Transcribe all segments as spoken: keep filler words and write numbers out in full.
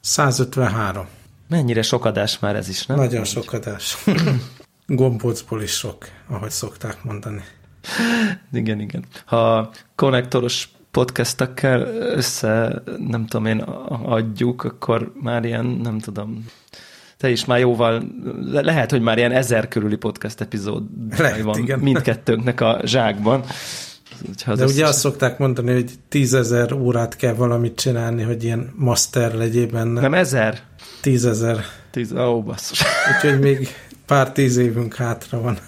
százötvenhárom. Mennyire sok adás már ez is, nem? Nagyon sok adás. Gombócból is sok, ahogy szokták mondani. Igen, igen. Ha konnektoros podcastekkel össze, nem tudom én, adjuk, akkor már ilyen, nem tudom, te is már jóval, lehet, hogy már ilyen ezer körüli podcast epizód lehet, van igen. Mindkettőnknek a zsákban. De ugye összes... azt szokták mondani, hogy tízezer órát kell valamit csinálni, hogy ilyen master legyél benne. Nem ezer? Tízezer. Tíz, ó, basszus. Úgyhogy még pár tíz évünk hátra van.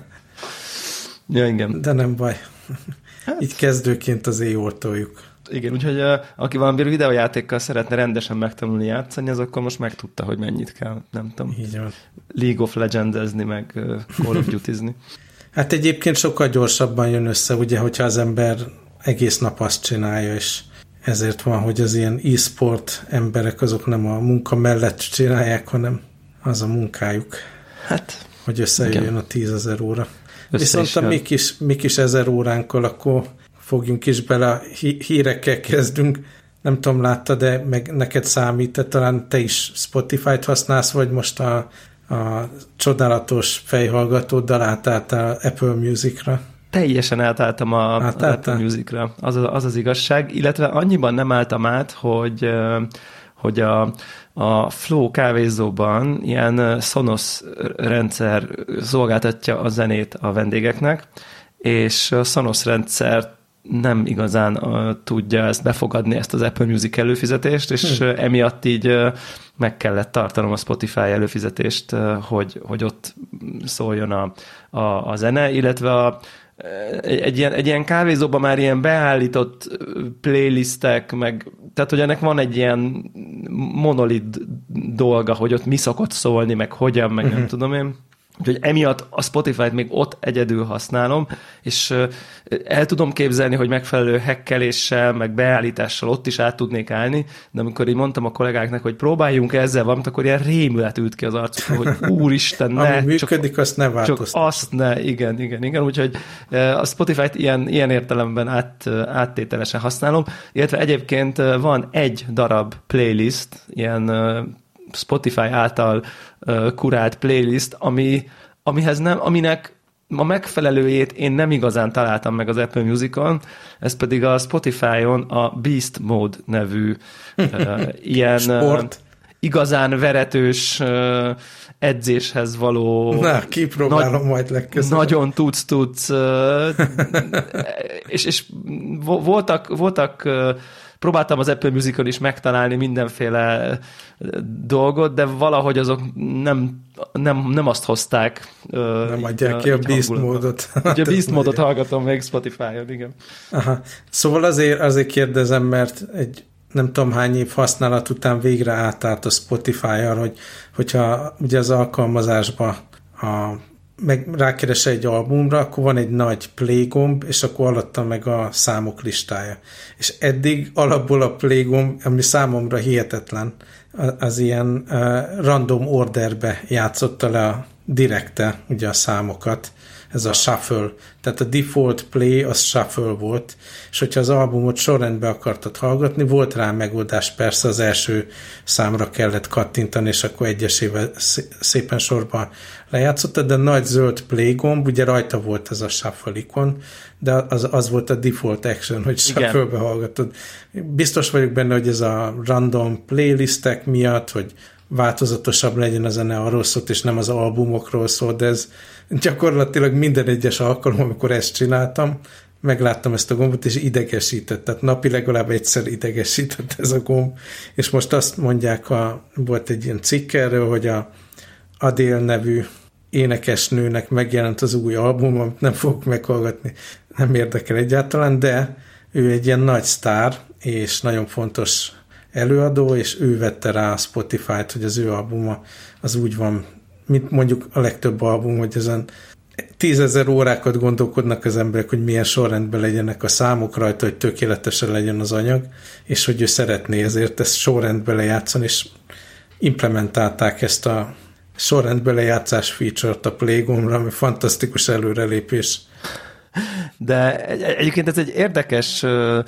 Ja, igen. De nem baj. Hát. Így kezdőként azért jól toljuk. Igen, úgyhogy uh, aki valami videójátékkal szeretne rendesen megtanulni játszani, az akkor most megtudta, hogy mennyit kell, nem tudom. Így van. League of Legends-ezni, meg uh, Call of Duty-zni. Hát egyébként sokkal gyorsabban jön össze, ugye, hogyha az ember egész nap azt csinálja, és ezért van, hogy az ilyen e-sport emberek azok nem a munka mellett csinálják, hanem az a munkájuk, hát, hogy összejöjjön a tízezer óra. Össze Viszont a mi kis, mi kis ezer óránkkal, akkor fogjunk is bele, hí- hírekkel kezdünk. Nem tudom, látta, de meg neked számít, te talán te is Spotify-t használsz, vagy most a, a csodálatos fejhallgatóddal átálltál Apple Music-ra? Teljesen átálltam a, az Apple Music-ra. Az, az az igazság, illetve annyiban nem álltam át, hogy, hogy a, a Flow kávézóban ilyen Sonos rendszer szolgáltatja a zenét a vendégeknek, és a Sonos rendszer nem igazán uh, tudja ezt befogadni, ezt az Apple Music előfizetést, és hmm. uh, emiatt így uh, meg kellett tartanom a Spotify előfizetést, uh, hogy, hogy ott szóljon a, a, a zene, illetve a, egy, ilyen, egy ilyen kávézóban már ilyen beállított playlistek, meg, tehát hogy ennek van egy ilyen monolit dolga, hogy ott mi szokott szólni, meg hogyan, meg hmm. nem tudom én. Úgyhogy emiatt a Spotify-t még ott egyedül használom, és el tudom képzelni, hogy megfelelő hekkeléssel, meg beállítással ott is át tudnék állni, de amikor így mondtam a kollégáknak, hogy próbáljunk ezzel valamit, akkor ilyen rémület ült ki az arcukon, hogy úristen, ne. Ami működik, csak, azt ne változtat. Csak azt ne, igen, igen, igen. Úgyhogy a Spotify-t ilyen, ilyen értelemben át, áttételesen használom, illetve egyébként van egy darab playlist, ilyen Spotify által uh, kurált playlist, ami, amihez nem, aminek a megfelelőjét én nem igazán találtam meg az Apple Musicon, ez pedig a Spotify-on a Beast Mode nevű uh, ilyen uh, igazán veretős uh, edzéshez való Na, kipróbálom nagy, majd legközelebb. Nagyon tudsz-tudsz uh, és, és voltak, voltak uh, próbáltam az Apple Musicon is megtalálni mindenféle dolgot, de valahogy azok nem, nem, nem azt hozták. Nem adják ki a Beast módot. Ugye a Beast módot hallgatom még Spotify-on, igen. Aha. Szóval azért, azért kérdezem, mert egy nem tudom hány év használat után végre átállt a Spotify-on, hogy, hogyha ugye az alkalmazásban a meg rákeres egy albumra, akkor van egy nagy play gomb, és akkor alatta meg a számok listája. És eddig alapból a play gomb, ami számomra hihetetlen, az ilyen uh, random orderbe játszotta le a direkte, ugye a számokat, ez a shuffle. Tehát a default play az shuffle volt, és hogyha az albumot sorrendbe akartad hallgatni, volt rá megoldás, persze az első számra kellett kattintani, és akkor egyesével szépen sorban lejátszottad, de nagy zöld play gomb, ugye rajta volt ez a shuffle ikon, de az, az volt a default action, hogy shuffle-be hallgatod. Biztos vagyok benne, hogy ez a random playlistek miatt, hogy változatosabb legyen a zene, arról szólt, és nem az albumokról szól, de ez gyakorlatilag minden egyes alkalom, amikor ezt csináltam, megláttam ezt a gombot, és idegesített. Tehát napi legalább egyszer idegesített ez a gomb. És most azt mondják, a, volt egy ilyen cikk erről, hogy a Adele nevű énekesnőnek megjelent az új album, amit nem fogok meghallgatni, nem érdekel egyáltalán, de ő egy ilyen nagy sztár, és nagyon fontos előadó, és ő vette rá a Spotify-t, hogy az ő albuma az úgy van, mint mondjuk a legtöbb album, hogy ezen tízezer órákat gondolkodnak az emberek, hogy milyen sorrendben legyenek a számok rajta, hogy tökéletesen legyen az anyag, és hogy ő szeretné ezért ezt sorrendben lejátszani, és implementálták ezt a sorrendben lejátszás feature-t a Playgomra, ami fantasztikus előrelépés. De egy- egyébként ez egy érdekes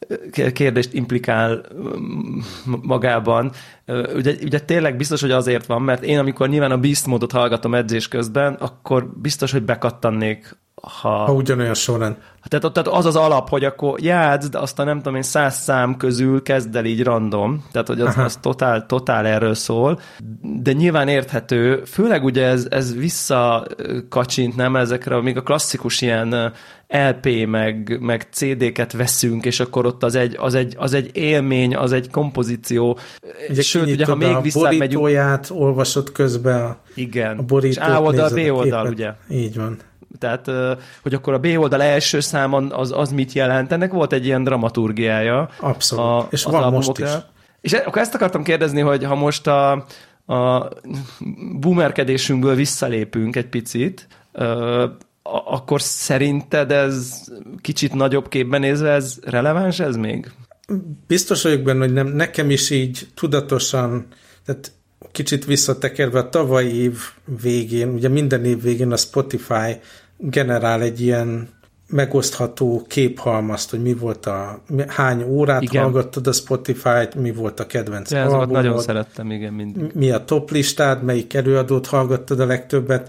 kérdést implikál magában. Ugye, ugye tényleg biztos, hogy azért van, mert én amikor nyilván a Beast módot hallgatom edzés közben, akkor biztos, hogy bekattannék, ha... Ha ugyanolyan során. Tehát, tehát az az alap, hogy akkor játsz, de aztán nem tudom én, száz szám közül kezd el így random, tehát hogy az, az totál, totál erről szól, de nyilván érthető, főleg ugye ez, ez visszakacsint, nem ezekre, még a klasszikus ilyen el pé meg, meg cé dé-ket veszünk, és akkor ott az egy, az egy, az egy élmény, az egy kompozíció. Ugye sőt, ugye ha még visszamegyünk... A borítóját olvasod közben a, igen. a borítót. És A oldal, B oldal, ugye? Így van. Tehát, hogy akkor a B oldal első számon az, az mit jelent? Ennek volt egy ilyen dramaturgiája. Abszolút. A, és van most is. És akkor ezt akartam kérdezni, hogy ha most a, a boomerkedésünkből visszalépünk egy picit, akkor szerinted ez kicsit nagyobb képben nézve, ez releváns ez még? Biztos vagyok benne, hogy nem, nekem is így tudatosan, tehát kicsit visszatekerve a tavalyi év végén, ugye minden év végén a Spotify generál egy ilyen megosztható képhalmazt, hogy mi volt a, hány órát igen. hallgattad a Spotify-t, mi volt a kedvenc de albumod, nagyon szerettem, igen, mindig. Mi a top listád, melyik előadót hallgattad a legtöbbet,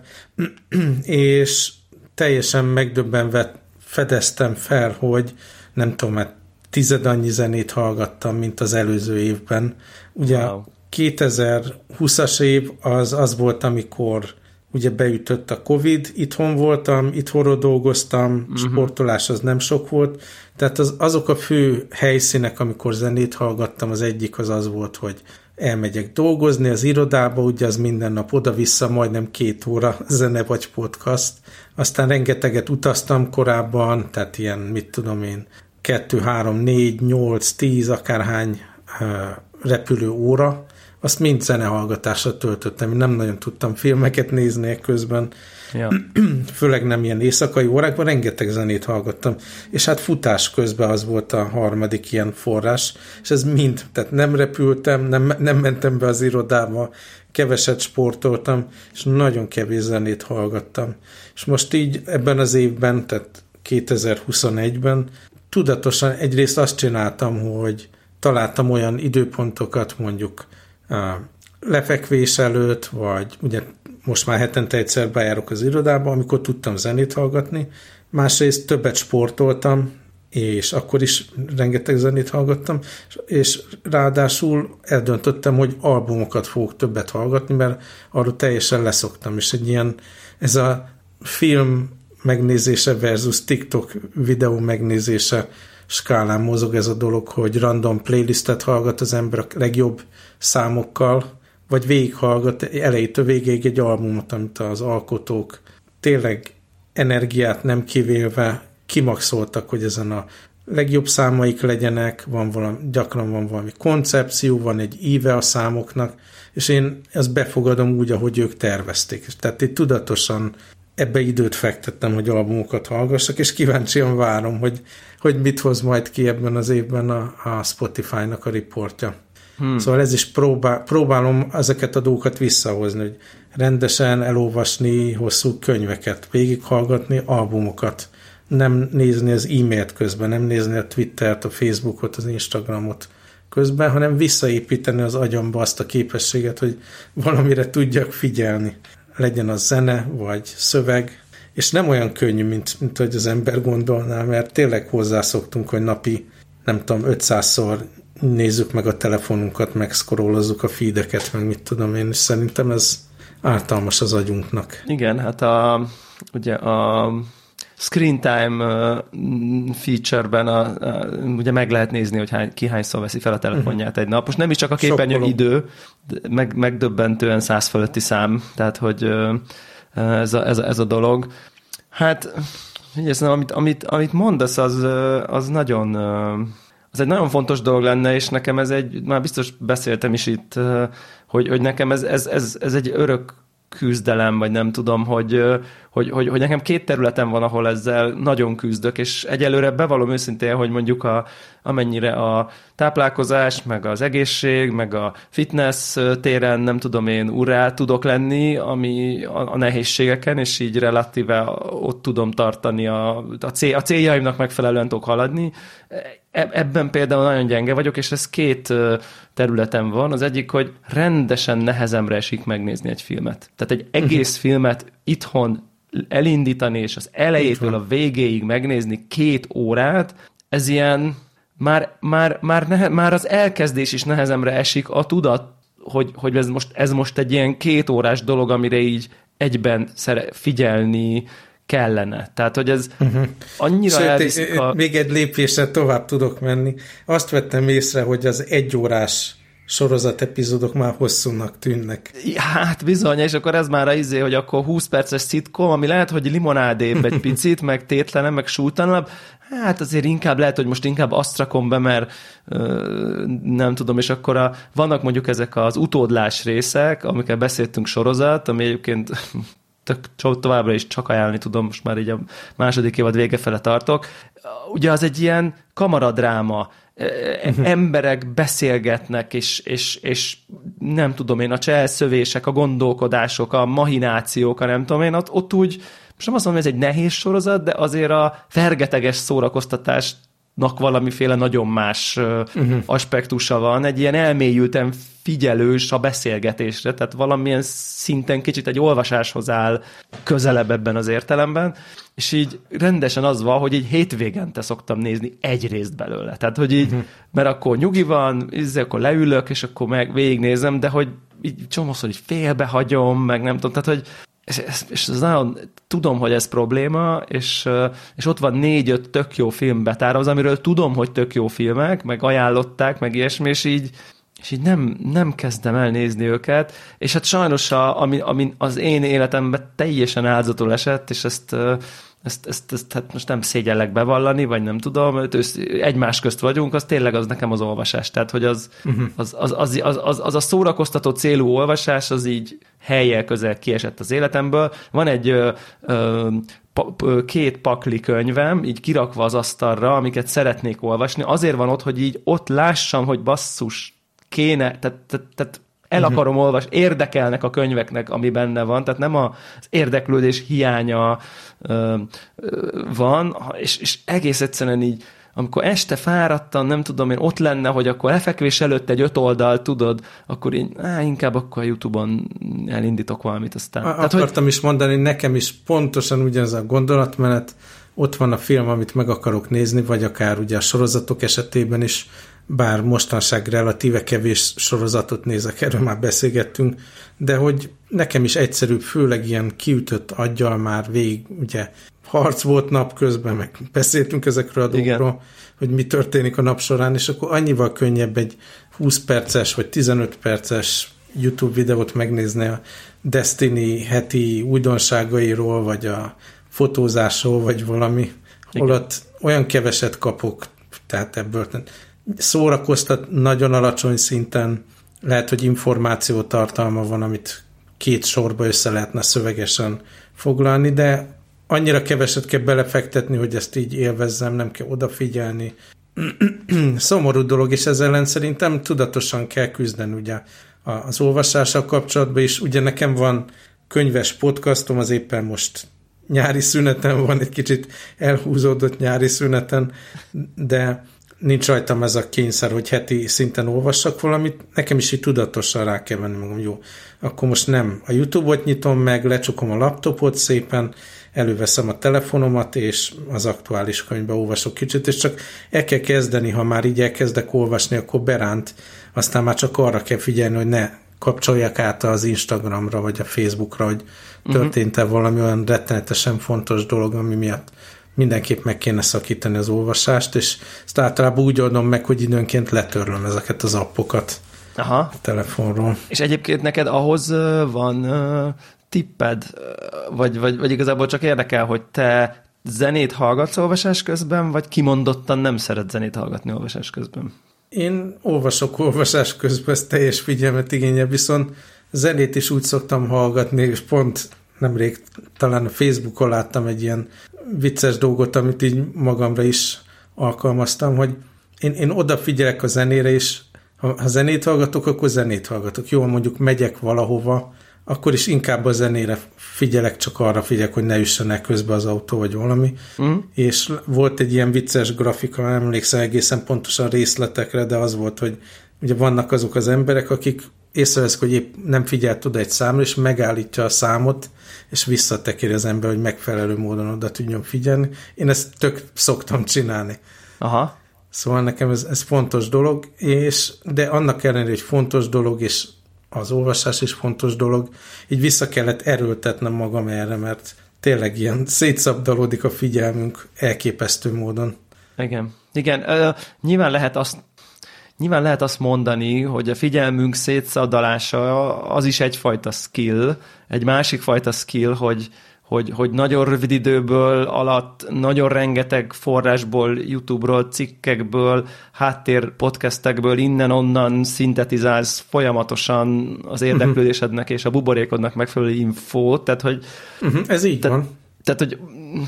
és teljesen megdöbbenve fedeztem fel, hogy nem tudom, mert tized annyi zenét hallgattam, mint az előző évben. Ugye wow. kétezer-húszas év az, az volt, amikor ugye beütött a Covid, itthon voltam, itthonról dolgoztam, uh-huh. sportolás az nem sok volt, tehát az, azok a fő helyszínek, amikor zenét hallgattam, az egyik az az volt, hogy elmegyek dolgozni az irodába, ugye az minden nap oda-vissza, majdnem két óra zene vagy podcast, aztán rengeteget utaztam korábban, tehát ilyen, mit tudom én, kettő, három, négy, nyolc, tíz, akárhány uh, repülő óra, azt mind zenehallgatásra töltöttem. Én nem nagyon tudtam filmeket nézni közben. Ja. Főleg nem ilyen éjszakai órákban, rengeteg zenét hallgattam. És hát futás közben az volt a harmadik ilyen forrás, és ez mind, tehát nem repültem, nem, nem mentem be az irodába, keveset sportoltam, és nagyon kevés zenét hallgattam. És most így ebben az évben, tehát kétezer-huszonegyben tudatosan egyrészt azt csináltam, hogy találtam olyan időpontokat, mondjuk a lefekvés előtt, vagy ugye most már hetente egyszer bejárok az irodába, amikor tudtam zenét hallgatni. Másrészt többet sportoltam, és akkor is rengeteg zenét hallgattam, és ráadásul eldöntöttem, hogy albumokat fogok többet hallgatni, mert arról teljesen leszoktam, és egy ilyen, ez a film megnézése versus TikTok videó megnézése skálán mozog ez a dolog, hogy random playlistet hallgat az ember a legjobb számokkal, vagy végighallgat elejétől végéig egy albumot, amit az alkotók tényleg energiát nem kivélve kimaxoltak, hogy ezen a legjobb számaik legyenek, van valami, gyakran van valami koncepció, van egy íve a számoknak, és én ezt befogadom úgy, ahogy ők tervezték. Tehát itt tudatosan ebbe időt fektettem, hogy albumokat hallgassak, és kíváncsian várom, hogy, hogy mit hoz majd ki ebben az évben a, a Spotify-nak a riportja. Hmm. Szóval ez is próbál, próbálom ezeket a dolgokat visszahozni, hogy rendesen elolvasni hosszú könyveket, végighallgatni albumokat, nem nézni az e-mailt közben, nem nézni a Twittert, a Facebookot, az Instagramot közben, hanem visszaépíteni az agyamba azt a képességet, hogy valamire tudjak figyelni. Legyen az zene, vagy szöveg, és nem olyan könnyű, mint, mint hogy az ember gondolná, mert tényleg hozzászoktunk, hogy napi, nem tudom, ötszázszor nézzük meg a telefonunkat, meg scrollozzuk a feedeket, meg mit tudom én, és szerintem ez ártalmas az agyunknak. Igen, hát a, ugye a screen time feature-ben a, a, ugye meg lehet nézni, hogy hány, ki hányszor veszi fel a telefonját uh-huh. egy nap. Most nem is csak a képernyő idő, meg, megdöbbentően száz fölötti szám, tehát hogy ez a, ez a, ez a dolog. Hát, hiszem, amit, amit, amit mondasz, az, az nagyon... az egy nagyon fontos dolog lenne, és nekem ez egy, már biztos beszéltem is itt, hogy, hogy nekem ez, ez, ez, ez egy örök küzdelem, vagy nem tudom, hogy, hogy, hogy, hogy nekem két területen van, ahol ezzel nagyon küzdök, és egyelőre bevallom őszintén, hogy mondjuk a, amennyire a táplálkozás, meg az egészség, meg a fitness téren, nem tudom én, urrá tudok lenni, ami a, a nehézségeken, és így relatíve ott tudom tartani a, a, cél, a céljaimnak megfelelően tudok haladni. Ebben például nagyon gyenge vagyok, és ez két területen van. Az egyik, hogy rendesen nehezemre esik megnézni egy filmet. Tehát egy egész uh-huh. filmet itthon elindítani, és az elejétől a végéig megnézni két órát, ez ilyen, már, már, már, nehe, már az elkezdés is nehezemre esik a tudat, hogy, hogy ez, most, ez most egy ilyen két órás dolog, amire így egyben szere- figyelni kellene. Tehát, hogy ez uh-huh. annyira Sőt, elviszik a... még egy lépésre tovább tudok menni. Azt vettem észre, hogy az egyórás sorozat epizódok már hosszúnak tűnnek. Hát bizony, és akkor ez már az izé, hogy akkor húsz perces szitkom, ami lehet, hogy limonádébb egy picit, meg tétlenem, meg súlytalanabb. Hát azért inkább lehet, hogy most inkább azt rakom be, mert ö, nem tudom, és akkor a, vannak mondjuk ezek az utódlás részek, amikkel beszéltünk sorozat, ami egyébként tök, továbbra is csak ajánlani tudom, most már így a második évad vége fele tartok. Ugye az egy ilyen kamaradráma, emberek beszélgetnek, és, és, és nem tudom én, a cselszövések, a gondolkodások, a mahinációk, a nem tudom én, ott, ott úgy, most nem azt mondom, hogy ez egy nehéz sorozat, de azért a fergeteges szórakoztatásnak valamiféle nagyon más uh-huh. aspektusa van, egy ilyen elmélyülten figyelős a beszélgetésre, tehát valamilyen szinten kicsit egy olvasáshoz áll közelebb ebben az értelemben, és így rendesen az van, hogy így hétvégente szoktam nézni egy részt belőle. Tehát, hogy így, uh-huh. mert akkor nyugi van, ízé, akkor leülök, és akkor meg végignézem, de hogy így csomószor így félbehagyom, meg nem tudom, tehát, hogy és, és ez nagyon, tudom, hogy ez probléma, és, és ott van négy-öt tök jó film betározva, amiről tudom, hogy tök jó filmek, meg ajánlották, meg ilyesmi, és így és így nem, nem kezdem el nézni őket, és hát sajnos a, ami, ami az én életemben teljesen áldozatul esett, és ezt, ezt, ezt, ezt hát most nem szégyellek bevallani, vagy nem tudom, egymás közt vagyunk, az tényleg az nekem az olvasás, tehát hogy az, uh-huh. az, az, az, az, az, az a szórakoztató célú olvasás, az így helyjel közel kiesett az életemből. Van egy ö, ö, két pakli könyvem, így kirakva az asztalra, amiket szeretnék olvasni, azért van ott, hogy így ott lássam, hogy basszus, kéne, tehát, tehát, tehát el akarom uh-huh. olvasni, érdekelnek a könyveknek, ami benne van, tehát nem az érdeklődés hiánya ö, ö, van, és, és egész egyszerűen így, amikor este fáradtan, nem tudom én, ott lenne, hogy akkor lefekvés előtt egy öt oldal, tudod, akkor így, á, inkább akkor a YouTube-on elindítok valamit, aztán. A, tehát, akartam hogy... is mondani, nekem is pontosan ugyanaz a gondolatmenet, ott van a film, amit meg akarok nézni, vagy akár ugye a sorozatok esetében is, bár mostanság relatíve kevés sorozatot nézek, erről már beszélgettünk, de hogy nekem is egyszerűbb, főleg ilyen kiütött aggyal már végig, ugye harc volt napközben, meg beszéltünk ezekről a dolgokról, hogy mi történik a nap során, és akkor annyival könnyebb egy húsz perces vagy tizenöt perces YouTube videót megnézni a Destiny heti újdonságairól, vagy a fotózásról, vagy valami, holott olyan keveset kapok, tehát ebből szórakoztat nagyon alacsony szinten, lehet, hogy információ tartalma van, amit két sorba össze lehetne szövegesen foglalni, de annyira keveset kell belefektetni, hogy ezt így élvezzem, nem kell odafigyelni. Szomorú dolog, és ezzel ellen szerintem tudatosan kell küzdeni ugye az olvasással kapcsolatban is. Ugye nekem van könyves podcastom, az éppen most nyári szüneten van, egy kicsit elhúzódott nyári szüneten, de nincs rajtam ez a kényszer, hogy heti szinten olvassak valamit, nekem is így tudatosan rá kell venni magam, jó, akkor most nem a YouTube-ot nyitom meg, lecsukom a laptopot szépen, előveszem a telefonomat, és az aktuális könyvbe olvasok kicsit, és csak el kell kezdeni, ha már így elkezdek olvasni, akkor beránt, aztán már csak arra kell figyelni, hogy ne kapcsoljak át az Instagramra, vagy a Facebookra, hogy történt-e uh-huh. valami olyan rettenetesen fontos dolog, ami miatt mindenképp meg kéne szakítani az olvasást, és ezt általában úgy oldom meg, hogy időnként letörlöm ezeket az appokat Aha. a telefonról. És egyébként neked ahhoz van uh, tipped, vagy, vagy, vagy igazából csak érdekel, hogy te zenét hallgatsz olvasás közben, vagy kimondottan nem szeret zenét hallgatni olvasás közben? Én olvasok olvasás közben, ez teljes figyelmet igényel, viszont zenét is úgy szoktam hallgatni, és pont nemrég talán a Facebookon láttam egy ilyen vicces dolgot, amit így magamra is alkalmaztam, hogy én, én odafigyelek a zenére, és ha, ha zenét hallgatok, akkor zenét hallgatok. Jó, mondjuk megyek valahova, akkor is inkább a zenére figyelek, csak arra figyelek, hogy ne üssenek közbe az autó, vagy valami. Mm. És volt egy ilyen vicces grafika, nem emlékszem egészen pontosan részletekre, de az volt, hogy ugye vannak azok az emberek, akik észreveszik, hogy épp nem figyelt oda egy számra, és megállítja a számot, és visszatekéri az ember, hogy megfelelő módon oda tudjon figyelni. Én ezt tök szoktam csinálni. Aha. Szóval nekem ez, ez fontos dolog, és de annak ellenére, hogy fontos dolog, és az olvasás is fontos dolog, így vissza kellett erőltetnem magam erre, mert tényleg ilyen szétszabdalódik a figyelmünk elképesztő módon. Igen. Igen, uh, nyilván lehet azt Nyilván lehet azt mondani, hogy a figyelmünk szétszabdalása az is egyfajta skill, egy másik fajta skill, hogy, hogy, hogy nagyon rövid időből alatt, nagyon rengeteg forrásból, YouTube-ról, cikkekből, háttér podcastekből, innen-onnan szintetizálsz folyamatosan az érdeklődésednek és a buborékodnak megfelelő infót, tehát hogy... Uh-huh, ez így te, van. Tehát, hogy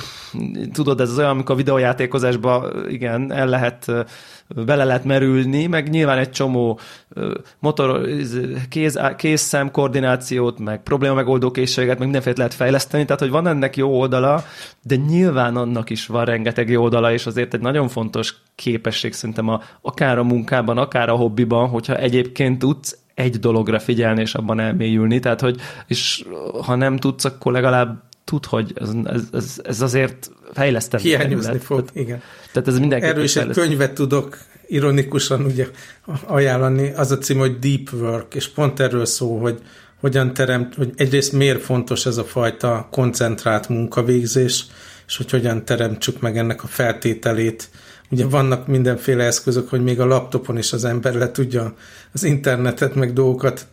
tudod, ez az olyan, amikor a videójátékozásba igen, el lehet, bele lehet merülni, meg nyilván egy csomó motor, kéz, kézszem koordinációt, meg probléma megoldó készséget, meg mindenféle lehet fejleszteni, tehát, hogy van ennek jó oldala, de nyilván annak is van rengeteg jó oldala, és azért egy nagyon fontos képesség szerintem a, akár a munkában, akár a hobbiban, hogyha egyébként tudsz egy dologra figyelni, és abban elmélyülni, tehát, hogy és ha nem tudsz, akkor legalább tud, hogy ez, ez, ez azért fejleszteni. Hiányozni fog, igen. Tehát ez mindenki. Erről is egy könyvet tudok ironikusan ugye ajánlani, az a cím, hogy Deep Work, és pont erről szól, hogy hogyan teremt, hogy egyrészt miért fontos ez a fajta koncentrált munkavégzés, és hogy hogyan teremtsük meg ennek a feltételét. Ugye vannak mindenféle eszközök, hogy még a laptopon is az ember le tudja az internetet, meg dolgokat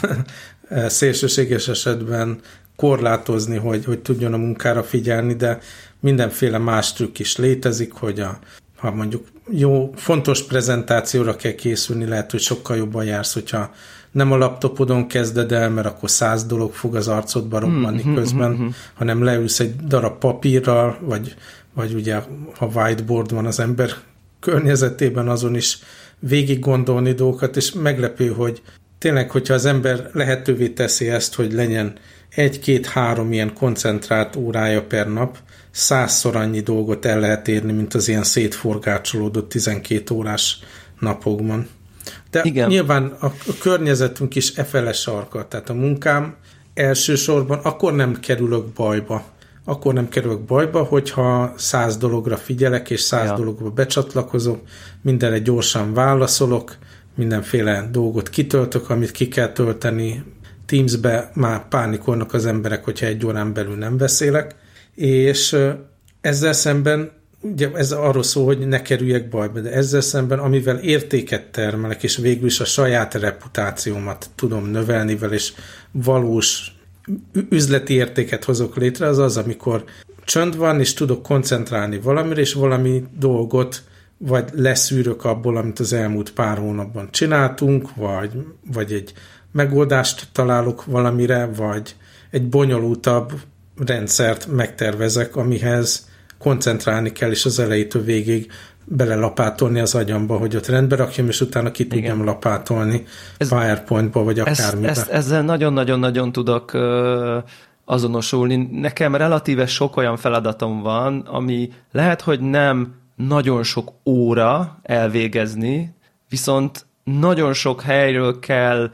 szélsőséges esetben korlátozni, hogy, hogy tudjon a munkára figyelni, de mindenféle más trükk is létezik, hogy a, ha mondjuk jó, fontos prezentációra kell készülni, lehet, hogy sokkal jobban jársz, hogyha nem a laptopodon kezded el, mert akkor száz dolog fog az arcodba robbanni mm, közben, mm, mm, hanem leülsz egy darab papírral, vagy, vagy ugye, ha whiteboard van az ember környezetében, azon is végig gondolni dolgokat, és meglepő, hogy tényleg, hogyha az ember lehetővé teszi ezt, hogy legyen egy-két-három ilyen koncentrált órája per nap, százszor annyi dolgot el lehet érni, mint az ilyen szétforgácsolódott tizenkét órás napokban. De igen, nyilván a, a környezetünk is efele sarkal, tehát a munkám elsősorban akkor nem kerülök bajba. Akkor nem kerülök bajba, hogyha száz dologra figyelek, és száz ja. dologra becsatlakozok, mindenre gyorsan válaszolok, mindenféle dolgot kitöltök, amit ki kell tölteni. Teamsbe már pánikolnak az emberek, hogyha egy órán belül nem beszélek, és ezzel szemben, ugye ez arról szól, hogy ne kerüljek bajba, de ezzel szemben, amivel értéket termelek, és végül is a saját reputációmat tudom növelni vele, és valós üzleti értéket hozok létre, az az, amikor csönd van, és tudok koncentrálni valamire, és valami dolgot vagy leszűrök abból, amit az elmúlt pár hónapban csináltunk, vagy, vagy egy megoldást találok valamire, vagy egy bonyolultabb rendszert megtervezek, amihez koncentrálni kell, és az elejétől végig belelapátolni az agyamba, hogy ott rendbe rakjam, és utána ki tudjam igen. lapátolni ez, PowerPointba, vagy akármibe. Ezt, ezt, ezzel nagyon-nagyon-nagyon tudok ö, azonosulni. Nekem relatíve sok olyan feladatom van, ami lehet, hogy nem nagyon sok óra elvégezni, viszont nagyon sok helyről kell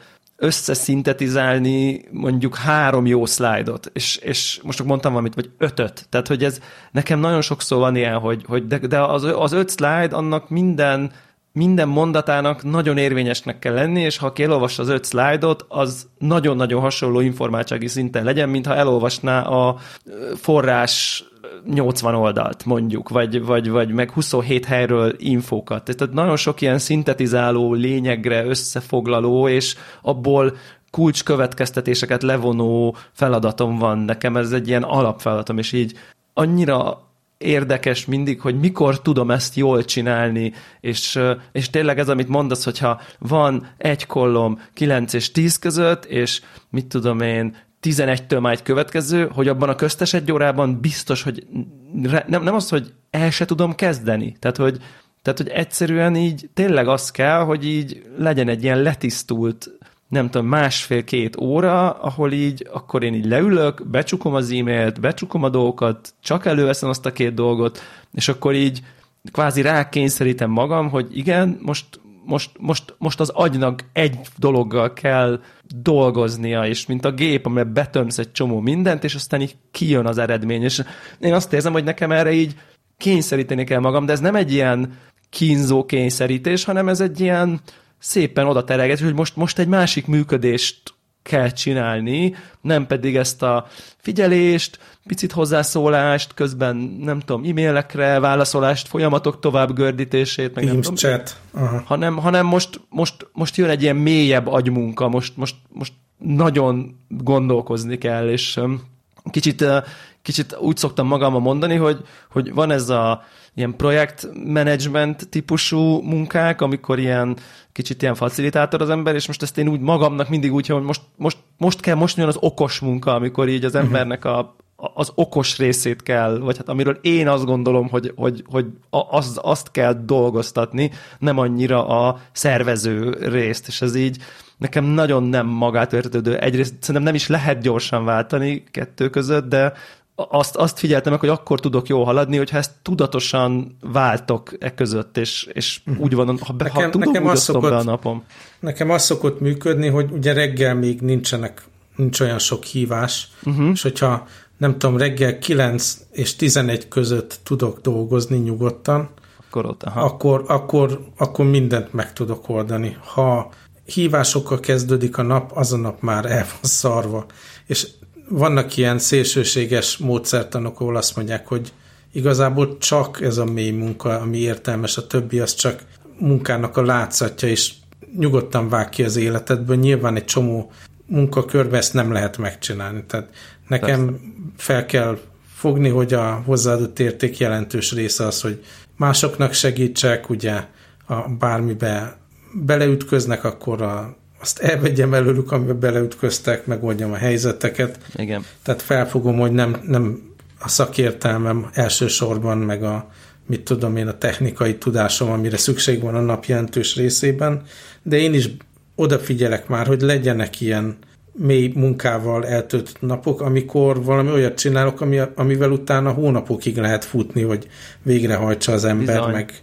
összeszintetizálni mondjuk három jó szlájdot, és, és most mondtam valamit, vagy ötöt. Tehát, hogy ez nekem nagyon sokszor van ilyen, hogy, hogy de, de az, az öt szlájd, annak minden, minden mondatának nagyon érvényesnek kell lenni, és ha elolvassa az öt szlájdot, az nagyon-nagyon hasonló informáltsági szinten legyen, mintha elolvasná a forrás nyolcvan oldalt mondjuk, vagy, vagy, vagy meg huszonhét helyről infókat. Tehát nagyon sok ilyen szintetizáló, lényegre összefoglaló, és abból kulcskövetkeztetéseket levonó feladatom van nekem. Ez egy ilyen alapfeladatom, és így annyira érdekes mindig, hogy mikor tudom ezt jól csinálni, és, és tényleg ez, amit mondasz, hogyha van egy kollom kilenc és tíz között, és mit tudom én, tizenegytől már egy következő, hogy abban a köztes egy órában biztos, hogy nem, nem az, hogy el se tudom kezdeni. Tehát hogy, tehát, hogy egyszerűen így tényleg az kell, hogy így legyen egy ilyen letisztult, nem tudom, másfél-két óra, ahol így, akkor én így leülök, becsukom az e-mailt, becsukom a dolgokat, csak előveszem azt a két dolgot, és akkor így kvázi rákényszerítem magam, hogy igen, most, most, most, most az agynak egy dologgal kell dolgoznia, és mint a gép, amiben betömsz egy csomó mindent, és aztán így kijön az eredmény. És én azt érzem, hogy nekem erre így kényszeríteni kell magam, de ez nem egy ilyen kínzó kényszerítés, hanem ez egy ilyen szépen oda terelgetés, hogy most, most egy másik működést kell csinálni, nem pedig ezt a figyelést, picit hozzászólást, közben nem tudom, e-mailekre válaszolást, folyamatok tovább gördítését, meg nem tudom, chat. hanem, hanem most, most, most jön egy ilyen mélyebb agymunka, most, most, most nagyon gondolkozni kell, és kicsit, kicsit úgy szoktam magammal mondani, hogy, hogy van ez a ilyen projektmenedzsment típusú munkák, amikor ilyen kicsit ilyen facilitátor az ember, és most ezt én úgy magamnak mindig úgy, hogy most, most, most kell, most jön az okos munka, amikor így az embernek a, az okos részét kell, vagy hát amiről én azt gondolom, hogy, hogy, hogy az, azt kell dolgoztatni, nem annyira a szervező részt, és ez így nekem nagyon nem magától értetődő. Egyrészt szerintem nem is lehet gyorsan váltani kettő között, de Azt, azt figyeltem meg, hogy akkor tudok jól haladni, hogyha ezt tudatosan váltok e között, és, és úgy van, ha, be, nekem, ha tudom, nekem úgy osztom be a napom. Nekem az szokott működni, hogy ugye reggel még nincsenek, nincs olyan sok hívás, uh-huh. és hogyha nem tudom, reggel kilenc és tizenegy között tudok dolgozni nyugodtan, akkor, ott, akkor, akkor, akkor mindent meg tudok oldani. Ha hívásokkal kezdődik a nap, az a nap már el van szarva. És vannak ilyen szélsőséges módszertanok, ahol azt mondják, hogy igazából csak ez a mély munka, ami értelmes, a többi az csak munkának a látszatja, és nyugodtan vág ki az életedből. Nyilván egy csomó munkakörben ezt nem lehet megcsinálni. Tehát nekem Persze. fel kell fogni, hogy a hozzáadott érték jelentős része az, hogy másoknak segítsek, ugye a bármibe beleütköznek, akkor a azt elvegyem előlük, amiben beleütköztek, megoldjam a helyzeteket. Igen. Tehát felfogom, hogy nem, nem a szakértelmem elsősorban, meg a, mit tudom én, a technikai tudásom, amire szükség van a nap jelentős részében, de én is odafigyelek már, hogy legyenek ilyen mély munkával eltöltött napok, amikor valami olyat csinálok, ami, amivel utána hónapokig lehet futni, hogy végrehajtsa az ember, Bizony. meg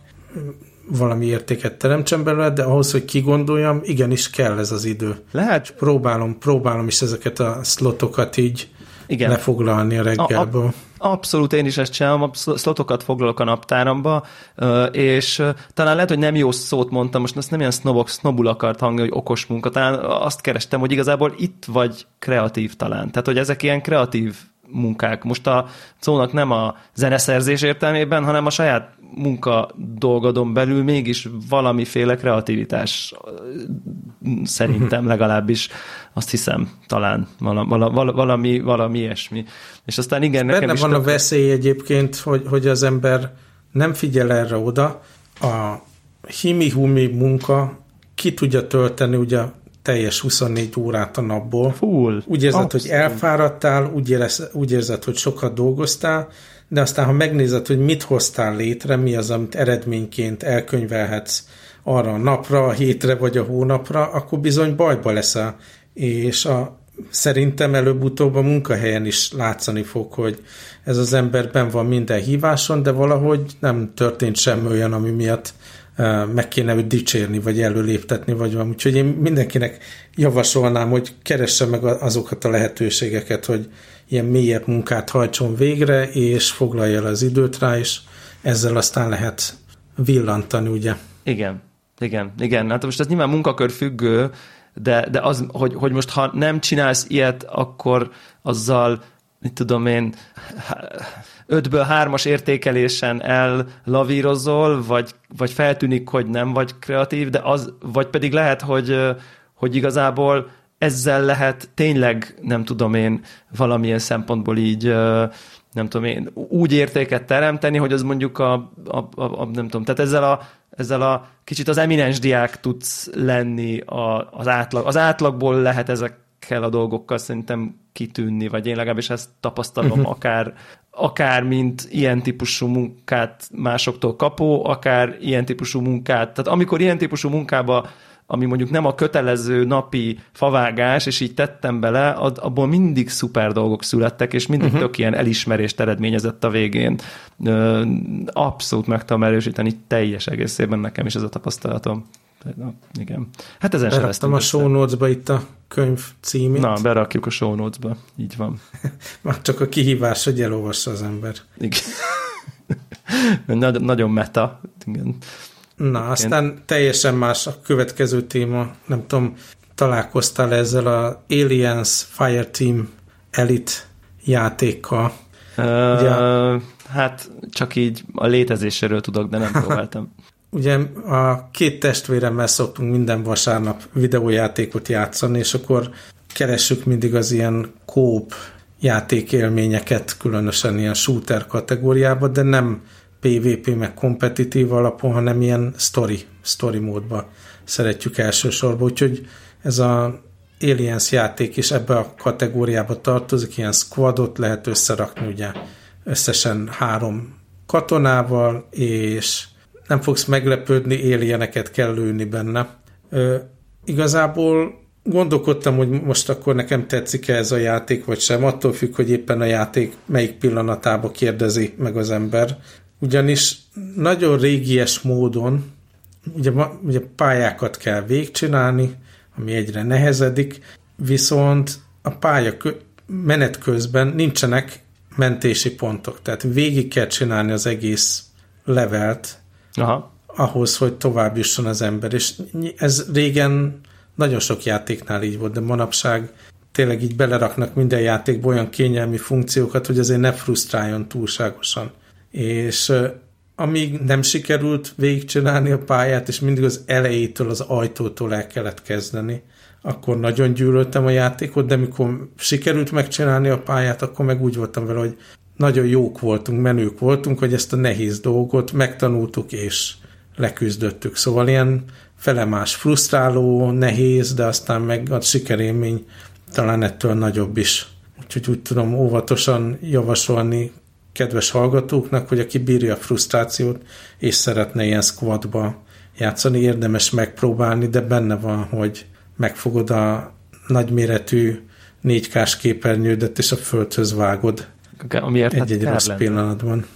valami értéket teremtsen belőle, de ahhoz, hogy kigondoljam, igenis kell ez az idő. Lehet. Próbálom, próbálom is ezeket a szlotokat így Igen. lefoglalni a reggelből. A, a, abszolút, én is ezt csinálom, szlotokat foglalok a naptáramba, és talán lehet, hogy nem jó szót mondtam, most ezt nem ilyen sznobok, sznobul akart hangni, hogy okos munka, talán azt kerestem, hogy igazából itt vagy kreatív talán. Tehát, hogy ezek ilyen kreatív munkák. Most a szónak nem a zeneszerzés értelmében, hanem a saját munka dolgodon belül mégis valamiféle kreativitás szerintem legalábbis, azt hiszem, talán valami, valami, valami ilyesmi. És aztán igen, benne nekem is... van a veszély egyébként, hogy, hogy az ember nem figyel erre oda, a himi-humi munka ki tudja tölteni ugye teljes huszonnégy órát a napból. Full. Úgy érzed, Abszolút. hogy elfáradtál, úgy, érez, úgy érzed, hogy sokat dolgoztál, de aztán, ha megnézed, hogy mit hoztál létre, mi az, amit eredményként elkönyvelhetsz arra a napra, a hétre vagy a hónapra, akkor bizony bajba leszel. És a, szerintem előbb-utóbb a munkahelyen is látszani fog, hogy ez az emberben van minden híváson, de valahogy nem történt semmi olyan, ami miatt meg kéne őt dicsérni, vagy előléptetni, vagy valami. Úgyhogy én mindenkinek javasolnám, hogy keresse meg azokat a lehetőségeket, hogy ilyen mélyebb munkát hajtson végre, és foglalja el az időt rá, és ezzel aztán lehet villantani, ugye? Igen, igen, igen. Hát most ez nyilván munkakör függő, de, de az, hogy, hogy most ha nem csinálsz ilyet, akkor azzal, mit tudom én, ötből hármas értékelésen ellavírozol, vagy, vagy feltűnik, hogy nem vagy kreatív, de az, vagy pedig lehet, hogy, hogy igazából ezzel lehet tényleg, nem tudom én, valamilyen szempontból így, nem tudom én, úgy értéket teremteni, hogy az mondjuk a, a, a, a nem tudom, tehát ezzel a, ezzel a kicsit az eminens diák tudsz lenni a, az átlag. Az átlagból lehet ezek ezekkel a dolgokkal szerintem kitűnni, vagy én legalábbis ezt tapasztalom uh-huh. akár, akár mint ilyen típusú munkát másoktól kapó, akár ilyen típusú munkát. Tehát amikor ilyen típusú munkába, ami mondjuk nem a kötelező napi favágás, és így tettem bele, abból mindig szuper dolgok születtek, és mindig uh-huh. tök ilyen elismerést eredményezett a végén. Abszolút meg tudom erősíteni teljes egészében nekem is ez a tapasztalatom. Na, igen. Hát ezen se Beraktam a show notes-ba itt a könyv címét. Na, berakjuk a show notes-ba. Így van. Már csak a kihívás, hogy elolvassa az ember. Igen. Nagy, nagyon meta. Igen. Na, aztán teljesen más a következő téma. Nem tudom, találkoztál ezzel a Aliens Fireteam Elite játékkal? Uh, Ugye, hát csak így a létezéséről tudok, de nem próbáltam. Ugye a két testvéremmel szoktunk minden vasárnap videójátékot játszani, és akkor keressük mindig az ilyen co-op játékélményeket, különösen ilyen shooter kategóriába, de nem pé vé pé meg kompetitív alapon, hanem ilyen story, story módban szeretjük elsősorban. Úgyhogy ez a Aliens játék is ebbe a kategóriába tartozik, ilyen squadot lehet összerakni, ugye összesen három katonával, és nem fogsz meglepődni, alieneket kell lőni benne. Ö, igazából gondolkodtam, hogy most akkor nekem tetszik-e ez a játék, vagy sem, attól függ, hogy éppen a játék melyik pillanatába kérdezi meg az ember. Ugyanis nagyon régies módon ugye, ugye pályákat kell végigcsinálni, ami egyre nehezedik, viszont a pálya menet közben nincsenek mentési pontok, tehát végig kell csinálni az egész levelt, aha, ahhoz, hogy tovább jusson az ember. És ez régen nagyon sok játéknál így volt, de manapság tényleg így beleraknak minden játékba olyan kényelmi funkciókat, hogy azért ne frusztráljon túlságosan. És amíg nem sikerült végigcsinálni a pályát, és mindig az elejétől, az ajtótól el kellett kezdeni, akkor nagyon gyűlöltem a játékot, de mikor sikerült megcsinálni a pályát, akkor meg úgy voltam vele, hogy nagyon jók voltunk, menők voltunk, hogy ezt a nehéz dolgot megtanultuk és leküzdöttük. Szóval ilyen felemás, frusztráló, nehéz, de aztán meg a sikerélmény talán ettől nagyobb is. Úgyhogy úgy tudom óvatosan javasolni kedves hallgatóknak, hogy aki bírja a frusztrációt, és szeretne ilyen squadba játszani, érdemes megpróbálni, de benne van, hogy megfogod a nagyméretű négy kás képernyődet, és a földhöz vágod. Egy-egy rossz lenne. Pillanatban.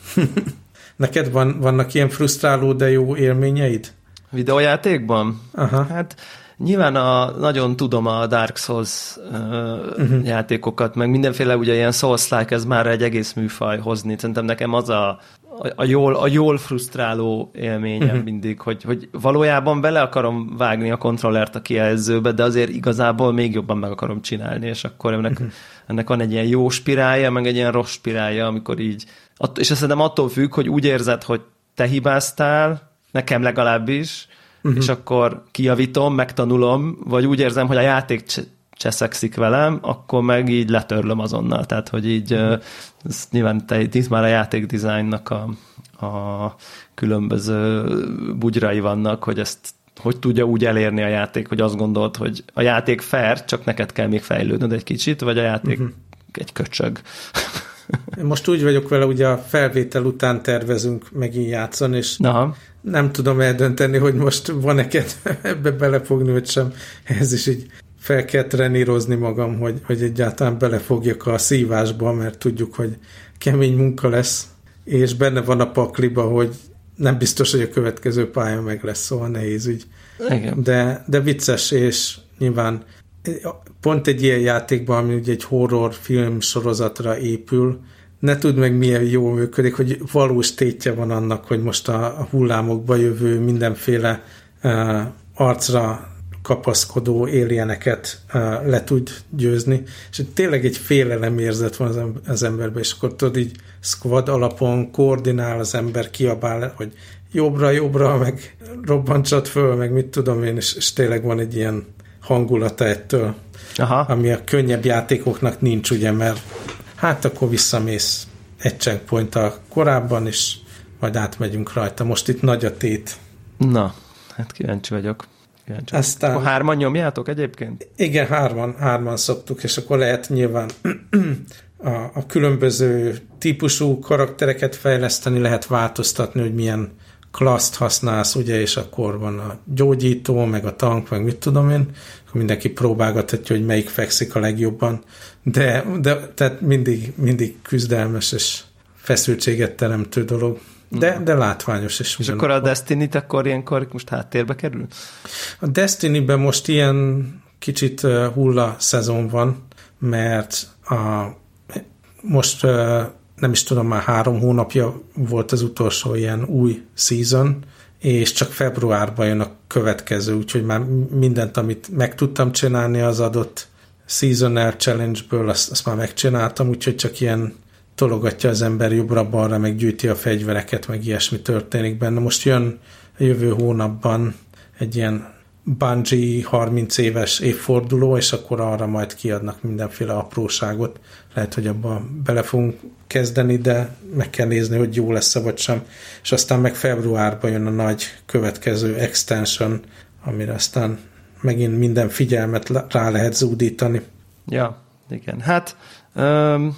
Neked van, vannak ilyen frusztráló, de jó élményeid? Videójátékban? Aha. Hát nyilván a, nagyon tudom a Dark Souls uh, uh-huh. játékokat, meg mindenféle ugye ilyen Souls-like, ez már egy egész műfaj hozni. Szerintem nekem az a, a, a, jól, a jól frusztráló élményem uh-huh. mindig, hogy, hogy valójában bele akarom vágni a kontrollert a kijelzőbe, de azért igazából még jobban meg akarom csinálni, és akkor ennek, uh-huh. ennek van egy ilyen jó spirálja, meg egy ilyen rossz spirálja, amikor így, és ezt szerintem attól függ, hogy úgy érzed, hogy te hibáztál, nekem legalábbis, uh-huh. és akkor kijavítom, megtanulom, vagy úgy érzem, hogy a játék cseszekszik velem, akkor meg így letörlöm azonnal. Tehát, hogy így uh-huh. ez nyilván itt már a játékdizájnnak a, a különböző bugyrai vannak, hogy ezt hogy tudja úgy elérni a játék, hogy azt gondolt, hogy a játék fair, csak neked kell még fejlődnöd egy kicsit, vagy a játék uh-huh. egy köcsög. Most úgy vagyok vele, ugye a felvétel után tervezünk megint játszani, és aha. nem tudom eldönteni, hogy most van-e kedve ebbe belefogni, vagy sem. Ez is így fel kell trenírozni magam, hogy, hogy egyáltalán belefogjak a szívásba, mert tudjuk, hogy kemény munka lesz, és benne van a pakliba, hogy nem biztos, hogy a következő pálya meg lesz, szóval nehéz ügy. Igen. De, de vicces, és nyilván pont egy ilyen játékban, ami ugye egy horror film sorozatra épül, ne tudd meg, milyen jól működik, hogy valós tétje van annak, hogy most a, a hullámokba jövő mindenféle uh, arcra kapaszkodó alieneket uh, le tud győzni, és tényleg egy félelemérzet van az, em- az emberben, és akkor tudod, így squad alapon koordinál az ember, kiabál, hogy jobbra, jobbra, meg robbantsad föl, meg mit tudom én, és, és tényleg van egy ilyen hangulata ettől, aha. ami a könnyebb játékoknak nincs, ugye, mert hát akkor visszamész egy checkpoint-tal korábban, és majd átmegyünk rajta. Most itt nagy a tét. Na, hát kíváncsi vagyok. Igen, csak aztán... Akkor hárman nyomjátok egyébként? Igen, hárman, hárman szoktuk, és akkor lehet nyilván a, a különböző típusú karaktereket fejleszteni, lehet változtatni, hogy milyen klasszt használsz, ugye, és akkor van a gyógyító, meg a tank, meg mit tudom én, akkor mindenki próbálgathatja, hogy melyik fekszik a legjobban, de, de tehát mindig, mindig küzdelmes és feszültséget teremtő dolog. De, de látványos. És, és akkor a Destiny-t akkor ilyenkor most háttérbe kerül? A Destiny-ben most ilyen kicsit hulla szezon van, mert a, most nem is tudom, már három hónapja volt az utolsó ilyen új season, és csak februárban jön a következő, úgyhogy már mindent, amit meg tudtam csinálni az adott seasonal challenge-ből, azt, azt már megcsináltam, úgyhogy csak ilyen tologatja az ember jobbra-balra, meg gyűjti a fegyvereket, meg ilyesmi történik benne. Most jön a jövő hónapban egy ilyen Bungie harminc éves évforduló, és akkor arra majd kiadnak mindenféle apróságot. Lehet, hogy abban bele fogunk kezdeni, de meg kell nézni, hogy jó lesz-e vagy sem. És aztán meg februárban jön a nagy következő extension, amire aztán megint minden figyelmet rá lehet zúdítani. Ja, igen. Hát um...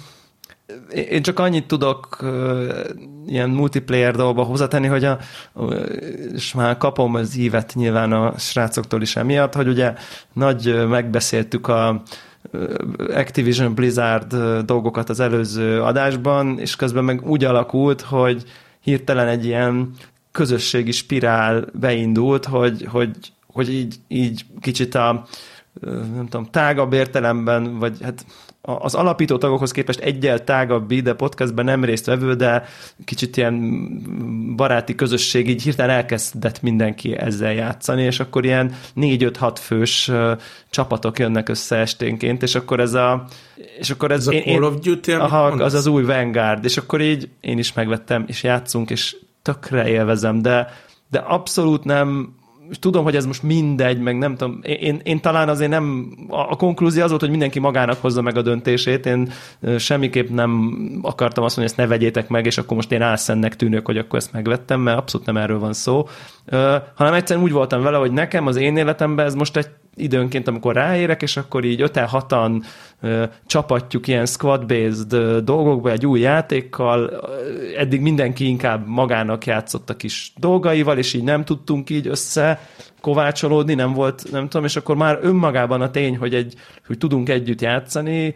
én csak annyit tudok uh, ilyen multiplayer dolgokba hozzátenni, hogy a, uh, és már kapom az ívet nyilván a srácoktól is emiatt, hogy ugye nagy uh, megbeszéltük a uh, Activision Blizzard uh, dolgokat az előző adásban, és közben meg úgy alakult, hogy hirtelen egy ilyen közösségi spirál beindult, hogy, hogy, hogy így, így kicsit a nem tudom, tágabb értelemben, vagy hát az alapító tagokhoz képest egyel tágabb, de podcastben nem résztvevő, de kicsit ilyen baráti közösség, így hirtelen elkezdett mindenki ezzel játszani, és akkor ilyen négy-öt-hat fős csapatok jönnek össze esténként, és akkor ez a és akkor ez, ez én, a Call of Duty, aha, az az új Vanguard, és akkor így én is megvettem, és játszunk, és tökre élvezem, de, de abszolút nem tudom, hogy ez most mindegy, meg nem tudom, én, én talán azért nem, a konklúzió az volt, hogy mindenki magának hozza meg a döntését, én semmiképp nem akartam azt mondani, hogy ezt ne vegyétek meg, és akkor most én álszennek tűnök, hogy akkor ezt megvettem, mert abszolút nem erről van szó, uh, hanem egyszerűen úgy voltam vele, hogy nekem az én életemben ez most egy időnként, amikor ráérek, és akkor így öten-hatan uh, csapatjuk ilyen squad-based uh, dolgokba egy új játékkal, uh, eddig mindenki inkább magának játszott a kis dolgaival, és így nem tudtunk így össze kovácsolódni, nem volt, nem tudom, és akkor már önmagában a tény, hogy, egy, hogy tudunk együtt játszani,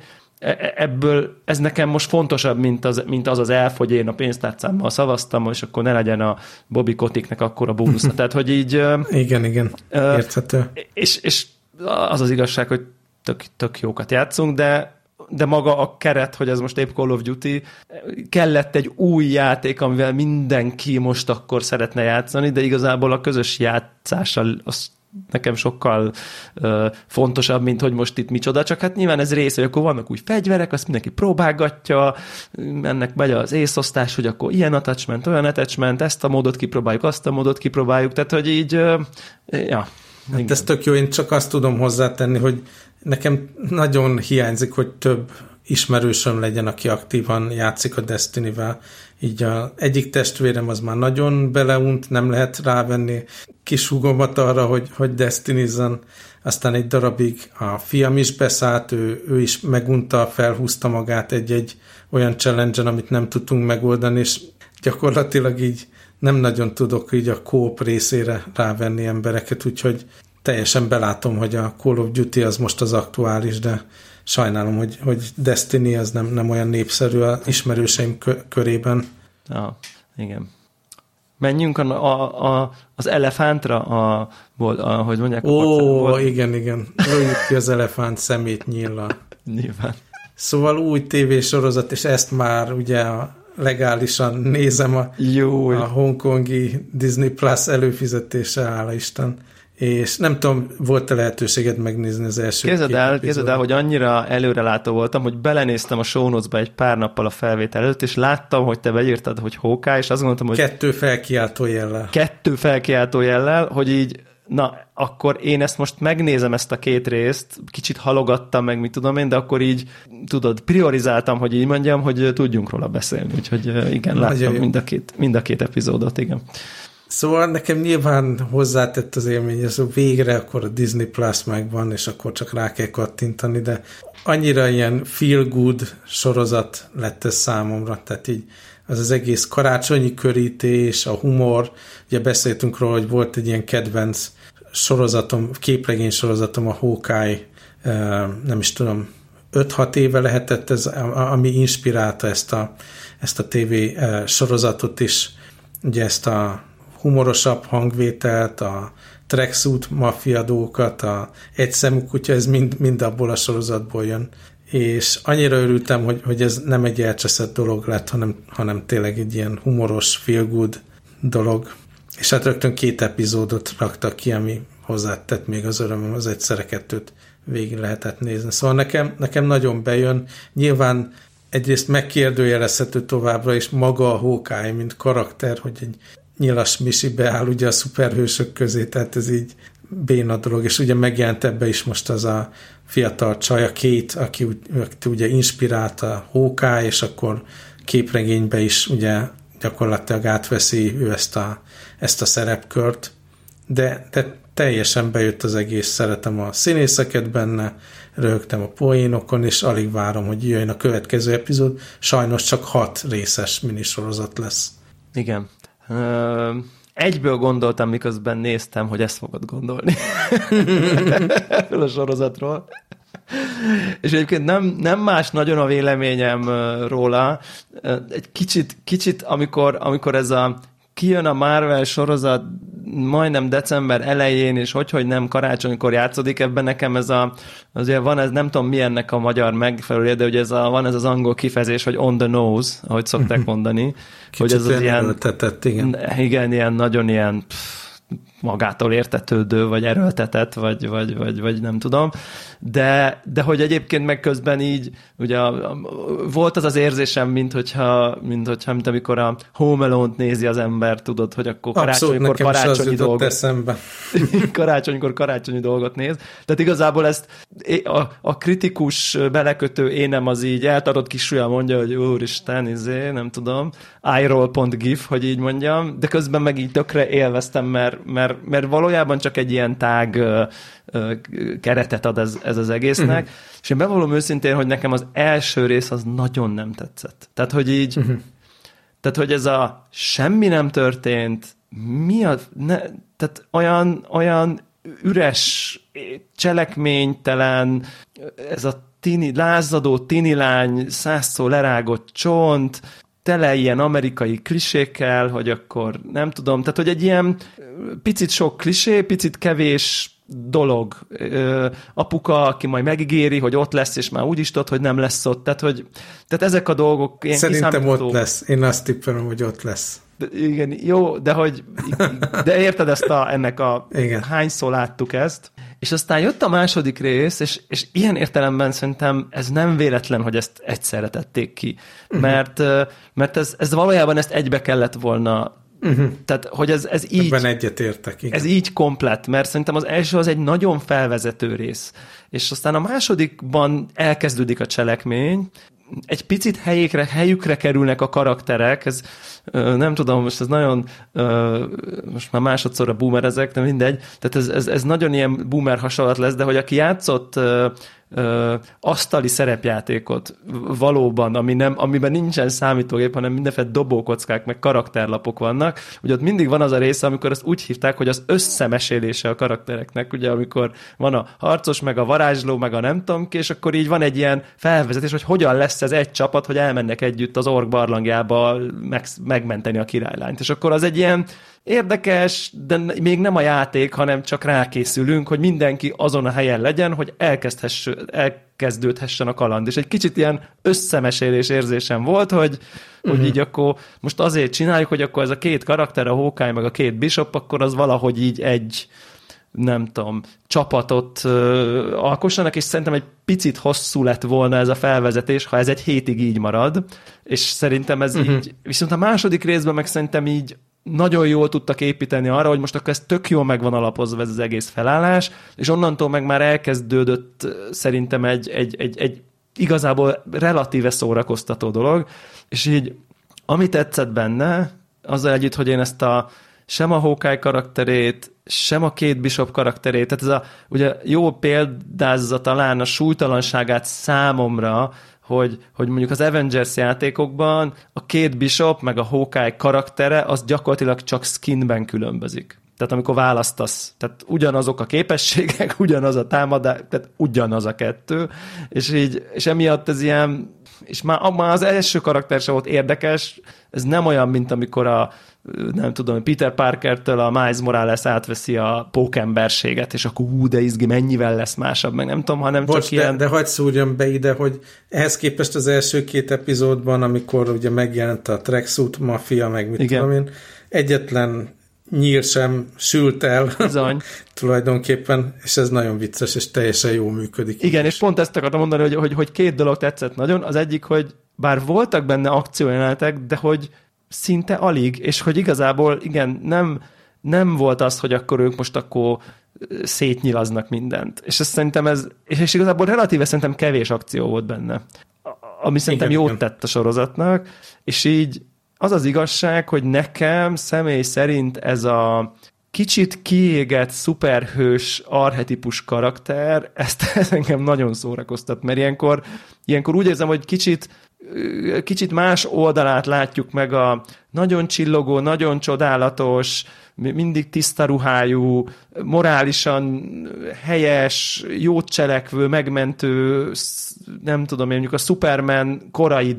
ebből ez nekem most fontosabb, mint az mint az, az elf, hogy én a pénztárcámmal szavaztam, és akkor ne legyen a Bobby Koticknek akkora bónusza. Tehát, hogy így... Igen, igen, érthető. És, és az az igazság, hogy tök, tök jókat játszunk, de de maga a keret, hogy ez most épp Call of Duty, kellett egy új játék, amivel mindenki most akkor szeretne játszani, de igazából a közös játszással az nekem sokkal uh, fontosabb, mint hogy most itt micsoda, csak hát nyilván ez rész, hogy akkor vannak új fegyverek, azt mindenki próbálgatja, ennek megy az észosztás, hogy akkor ilyen attachment, olyan attachment, ezt a módot kipróbáljuk, azt a módot kipróbáljuk, tehát hogy így, uh, ja. Hát ez tök jó, én csak azt tudom hozzátenni, hogy nekem nagyon hiányzik, hogy több ismerősöm legyen, aki aktívan játszik a Destiny-vel. Így a egyik testvérem az már nagyon beleunt, nem lehet rávenni kis húgomat arra, hogy, hogy Destiny-zen. Aztán egy darabig a fiam is beszállt, ő, ő is megunta, felhúzta magát egy-egy olyan challenge-en, amit nem tudtunk megoldani, és gyakorlatilag így nem nagyon tudok így a co-op részére rávenni embereket, úgyhogy teljesen belátom, hogy a Call of Duty az most az aktuális, de sajnálom, hogy, hogy Destiny az nem, nem olyan népszerű az ismerőseim körében. Ja, igen. Menjünk a, a, a, az elefántra, a, a, hogy mondják? Ó, a igen, igen. Lőjük ki az elefánt szemét nyíllal. Nyilván. Szóval új tévésorozat, és ezt már ugye a legálisan nézem a, a hongkongi Disney Plus előfizetése, hála Isten. És nem tudom, volt-e lehetőséged megnézni az első Képzeld el, képzeld el, hogy annyira előrelátó voltam, hogy belenéztem a show notes-ba egy pár nappal a felvétel előtt, és láttam, hogy te beírtad, hogy Hawkeye, és azt gondoltam, hogy... Kettő felkiáltó jellel. Kettő felkiáltó jellel, hogy így, na, akkor én ezt most megnézem, ezt a két részt, kicsit halogattam meg, mit tudom én, de akkor így, tudod, priorizáltam, hogy így mondjam, hogy tudjunk róla beszélni. Úgyhogy igen, láttam mind a, két, mind a két epizódot, igen. Szóval nekem nyilván hozzátett az élmény, hogy végre akkor a Disney Plus megvan, és akkor csak rá kell kattintani, de annyira ilyen feel good sorozat lett ez számomra, tehát így az az egész karácsonyi körítés, a humor, ugye beszéltünk róla, hogy volt egy ilyen kedvenc sorozatom, képregény sorozatom, a Hawkeye, nem is tudom, öt-hat éve lehetett ez, ami inspirálta ezt a, ezt a tévé sorozatot is, ugye ezt a humorosabb hangvételt, a tracksuit maffiadókat, a egyszemű kutya, ez mind, mind abból a sorozatból jön. És annyira örültem, hogy, hogy ez nem egy elcseszett dolog lett, hanem, hanem tényleg egy ilyen humoros, feel good dolog. És hát rögtön két epizódot raktak ki, ami hozzátett még az örömöm, az egyszerre kettőt végig lehetett nézni. Szóval nekem, nekem nagyon bejön. Nyilván egyrészt megkérdőjelezhető továbbra is maga a Hawkeye, mint karakter, hogy egy nyilas misi beáll ugye a szuperhősök közé, tehát ez így béna dolog, és ugye megjelent ebbe is most az a fiatal csaj, a Kate, aki, aki ugye inspirálta Hawkeye, és akkor képregénybe is ugye gyakorlatilag átveszi ő ezt a, ezt a szerepkört, de, de teljesen bejött az egész, szeretem a színészeket benne, röhögtem a poénokon, és alig várom, hogy jöjjön a következő epizód. Sajnos csak hat részes minisorozat lesz. Igen. Uh, egyből gondoltam, miközben néztem, hogy ezt fogod gondolni erről a sorozatról. És egyébként nem, nem más nagyon a véleményem róla. Egy kicsit, kicsit amikor, amikor ez a kijön a Marvel sorozat majdnem december elején, és hogy, hogy nem karácsonykor játszódik, ebben nekem ez a, azért van ez, nem tudom mi ennek a magyar megfelelője, de ugye ez a, van ez az angol kifejezés, hogy on the nose, ahogy szokták mondani. Kicsit hogy ez az ilyen, erőltetett, igen. Igen, ilyen nagyon ilyen pff, magától értetődő, vagy erőltetett, vagy, vagy, vagy, vagy nem tudom, de, de hogy egyébként meg közben így, ugye a, a, volt az az érzésem, mint hogyha, mint hogyha, mint amikor a Home Alone-t nézi az ember, tudod, hogy akkor karácsonykor karácsonyi dolgot karácsonykor karácsonyi dolgot néz. Tehát igazából ezt a, a kritikus belekötő énem az így eltartott kis súlya mondja, hogy úristen, izé, nem tudom, iroll pont gif, hogy így mondjam, de közben meg így tökre élveztem, mert, mert, mert valójában csak egy ilyen tág ö, ö, keretet ad ez, ez az egésznek, uh-huh. és én bevallom őszintén, hogy nekem az első rész az nagyon nem tetszett. Tehát, hogy így, uh-huh. tehát, hogy ez a semmi nem történt, mi a, ne, tehát olyan, olyan üres, cselekménytelen, ez a tini, lázadó tinilány, százszor lerágott csont, tele ilyen amerikai klisékkel, hogy akkor nem tudom, tehát hogy egy ilyen picit sok klisé, picit kevés dolog. Ö, apuka, aki majd megígéri, hogy ott lesz, és már úgy is tudod, hogy nem lesz ott. Tehát, hogy, tehát ezek a dolgok ilyen Szerintem kiszámító... ott lesz. Én azt tippelem, hogy ott lesz. De, igen, jó, de hogy de érted ezt a, ennek a igen. hányszor láttuk ezt, és aztán jött a második rész, és, és ilyen értelemben szerintem ez nem véletlen, hogy ezt egyszerre tették ki, uh-huh. mert, mert ez, ez valójában ezt egybe kellett volna, uh-huh. tehát hogy ez, ez így ebben egyetértek, igen. Ez így komplett, mert szerintem az első az egy nagyon felvezető rész, és aztán a másodikban elkezdődik a cselekmény, egy picit helyékre, helyükre kerülnek a karakterek, ez nem tudom, most ez nagyon, most már másodszorra boomerezek, de mindegy, tehát ez, ez, ez nagyon ilyen boomer hasonlat lesz, de hogy aki játszott Ö, asztali szerepjátékot valóban, ami nem, amiben nincsen számítógép, hanem mindenféle dobókockák, meg karakterlapok vannak, ugye ott mindig van az a része, amikor azt úgy hívták, hogy az összemesélése a karaktereknek, ugye amikor van a harcos, meg a varázsló, meg a nem tudom ki, és akkor így van egy ilyen felvezetés, hogy hogyan lesz ez egy csapat, hogy elmennek együtt az ork barlangjába meg, megmenteni a királylányt, és akkor az egy ilyen érdekes, de még nem a játék, hanem csak rákészülünk, hogy mindenki azon a helyen legyen, hogy elkezdődhessen a kaland. És egy kicsit ilyen összemesélés érzésem volt, hogy, uh-huh. hogy így akkor most azért csináljuk, hogy akkor ez a két karakter, a Hawkeye meg a két Bishop, akkor az valahogy így egy, nem tudom, csapatot uh, alkossanak, és szerintem egy picit hosszú lett volna ez a felvezetés, ha ez egy hétig így marad, és szerintem ez uh-huh. így, viszont a második részben meg szerintem így nagyon jól tudtak építeni arra, hogy most akkor ez tök jól meg van alapozva ez az egész felállás, és onnantól meg már elkezdődött szerintem egy, egy, egy, egy igazából relatíve szórakoztató dolog, és így ami tetszett benne, azzal együtt, hogy én ezt a sem a Hawkeye karakterét, sem a Kate Bishop karakterét, tehát ez a ugye jó példázza talán a súlytalanságát számomra, hogy, hogy mondjuk az Avengers játékokban a Kate Bishop meg a Hawkeye karaktere az gyakorlatilag csak skinben különbözik. Tehát amikor választasz, tehát ugyanazok a képességek, ugyanaz a támadás, tehát ugyanaz a kettő, és így, és emiatt ez ilyen, és már, már az első karakter sem volt érdekes, ez nem olyan, mint amikor a, nem tudom, Peter Parkertől a Miles Morales átveszi a pókemberséget, és akkor hú, de izgi, mennyivel lesz másabb, meg nem tudom, hanem Bocs, csak de, ilyen... de hagyd szúrjam be ide, hogy ehhez képest az első két epizódban, amikor ugye megjelent a Tracksuit Mafia, meg mit Igen. tudom én, egyetlen nyír sem sült el tulajdonképpen, és ez nagyon vicces, és teljesen jól működik. Igen, és pont ezt akartam mondani, hogy, hogy, hogy két dolog tetszett nagyon. Az egyik, hogy bár voltak benne akciójelenetek, de hogy szinte alig, és hogy igazából igen, nem, nem volt az, hogy akkor ők most akkor szétnyilaznak mindent. És ezt szerintem ez, és igazából relatíve szerintem kevés akció volt benne. Ami szerintem igen, jót igen. tett a sorozatnak, és így az az igazság, hogy nekem személy szerint ez a kicsit kiégett, szuperhős, archetipus karakter, ezt, ezt engem nagyon szórakoztat, mert ilyenkor, ilyenkor úgy érzem, hogy kicsit, kicsit más oldalát látjuk meg a nagyon csillogó, nagyon csodálatos, mindig tiszta ruhájú, morálisan helyes, jót cselekvő, megmentő, nem tudom én, mondjuk a Superman korai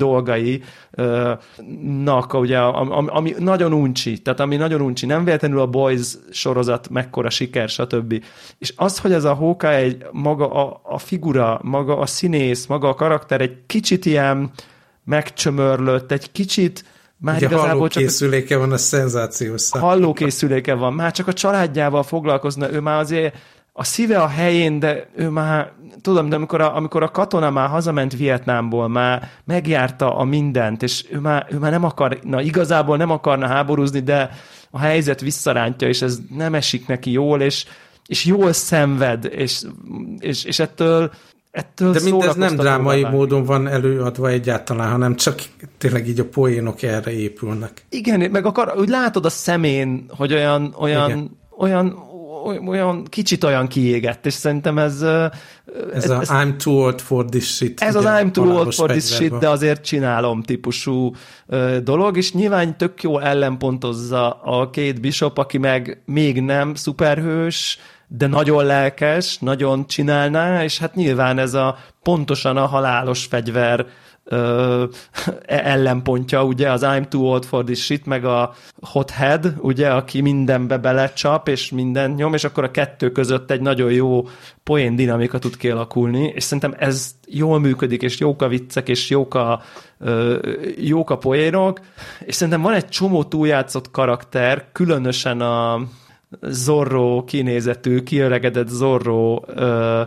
dolgainak, ugye, ami, ami nagyon uncsi, tehát ami nagyon uncsi, nem véletlenül a Boys sorozat mekkora siker, stb. És az, hogy ez a Hawkeye egy maga a, a figura, maga a színész, maga a karakter egy kicsit ilyen megcsömörlött, egy kicsit már ugye igazából hallókészüléke csak van, a szenzációs. Hallókészüléke van, már csak a családjával foglalkozna, ő már azért a szíve a helyén, de ő már, tudom, de amikor a, amikor a katona már hazament Vietnámból, már megjárta a mindent, és ő már, ő már nem akar, na igazából nem akarna háborúzni, de a helyzet visszarántja, és ez nem esik neki jól, és, és jól szenved, és, és, és ettől Ettől de mindez nem drámai módon van előadva egyáltalán, hanem csak tényleg így a poénok erre épülnek. Igen, meg akar, úgy látod a szemén, hogy olyan, olyan, olyan, olyan kicsit olyan kiégett, és szerintem ez... Ez, ez a ez, I'm too old for this shit. Ez az I'm too old for this shit, de azért csinálom típusú uh, dolog, és nyilván tök jól ellenpontozza a Kate Bishop, aki meg még nem szuperhős, de nagyon lelkes, nagyon csinálná, és hát nyilván ez a pontosan a halálos fegyver ö, ellenpontja, ugye az I'm too old for this shit, meg a hothead, ugye, aki mindenbe belecsap, és minden nyom, és akkor a kettő között egy nagyon jó poén dinamika tud kialakulni, és szerintem ez jól működik, és jók a viccek, és jók a, ö, jók a poénok, és szerintem van egy csomó túljátszott karakter, különösen a Zorro kinézetű, kiöregedett Zorro ö,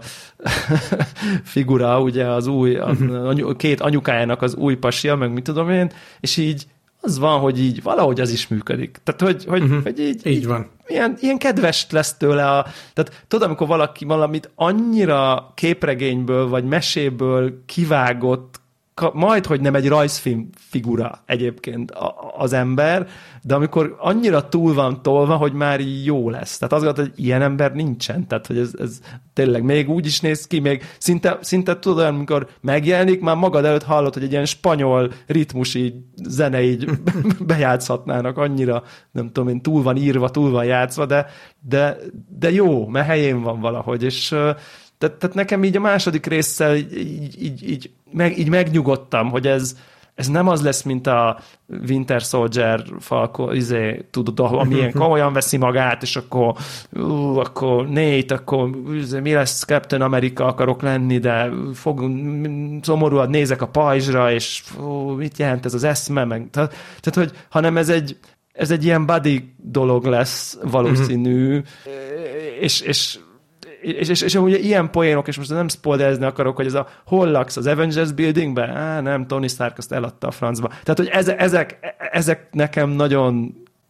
figura, ugye az új, a, a két anyukájának az új pasia, meg mit tudom én, és így az van, hogy így valahogy az is működik. Tehát, hogy, hogy, uh-huh. hogy így, így van. Ilyen, ilyen kedves lesz tőle a... Tehát tudod, amikor valaki valamit annyira képregényből, vagy meséből kivágott, majd, hogy nem egy rajzfilm figura egyébként az ember, de amikor annyira túl van tolva, hogy már jó lesz. Tehát azt gondolod, hogy ilyen ember nincsen. Tehát, hogy ez, ez tényleg még úgy is néz ki, még szinte, szinte tudod olyan, amikor megjelenik, már magad előtt hallod, hogy egy ilyen spanyol ritmusi zene így bejátszhatnának annyira, nem tudom én, túl van írva, túl van játszva, de, de, de jó, mert helyén van valahogy, és tehát, tehát nekem így a második résszel így, így, így, így, meg, így megnyugodtam, hogy ez, ez nem az lesz, mint a Winter Soldier Falcon, izé, tudod, amilyen komolyan veszi magát, és akkor, ú, akkor Nate, akkor izé, mi lesz, Captain America akarok lenni, de fog, szomorúan nézek a pajzsra, és ú, mit jelent ez az eszme, meg, tehát, tehát, hogy hanem ez egy, ez egy ilyen buddy dolog lesz valószínű, és, és És, és, és ugye ilyen poénok, és most nem spoilerezni akarok, hogy ez a hol laksz az Avengers Buildingben? Á, nem, Tony Stark azt eladta a francba. Tehát, hogy ezek, ezek, ezek nekem nagyon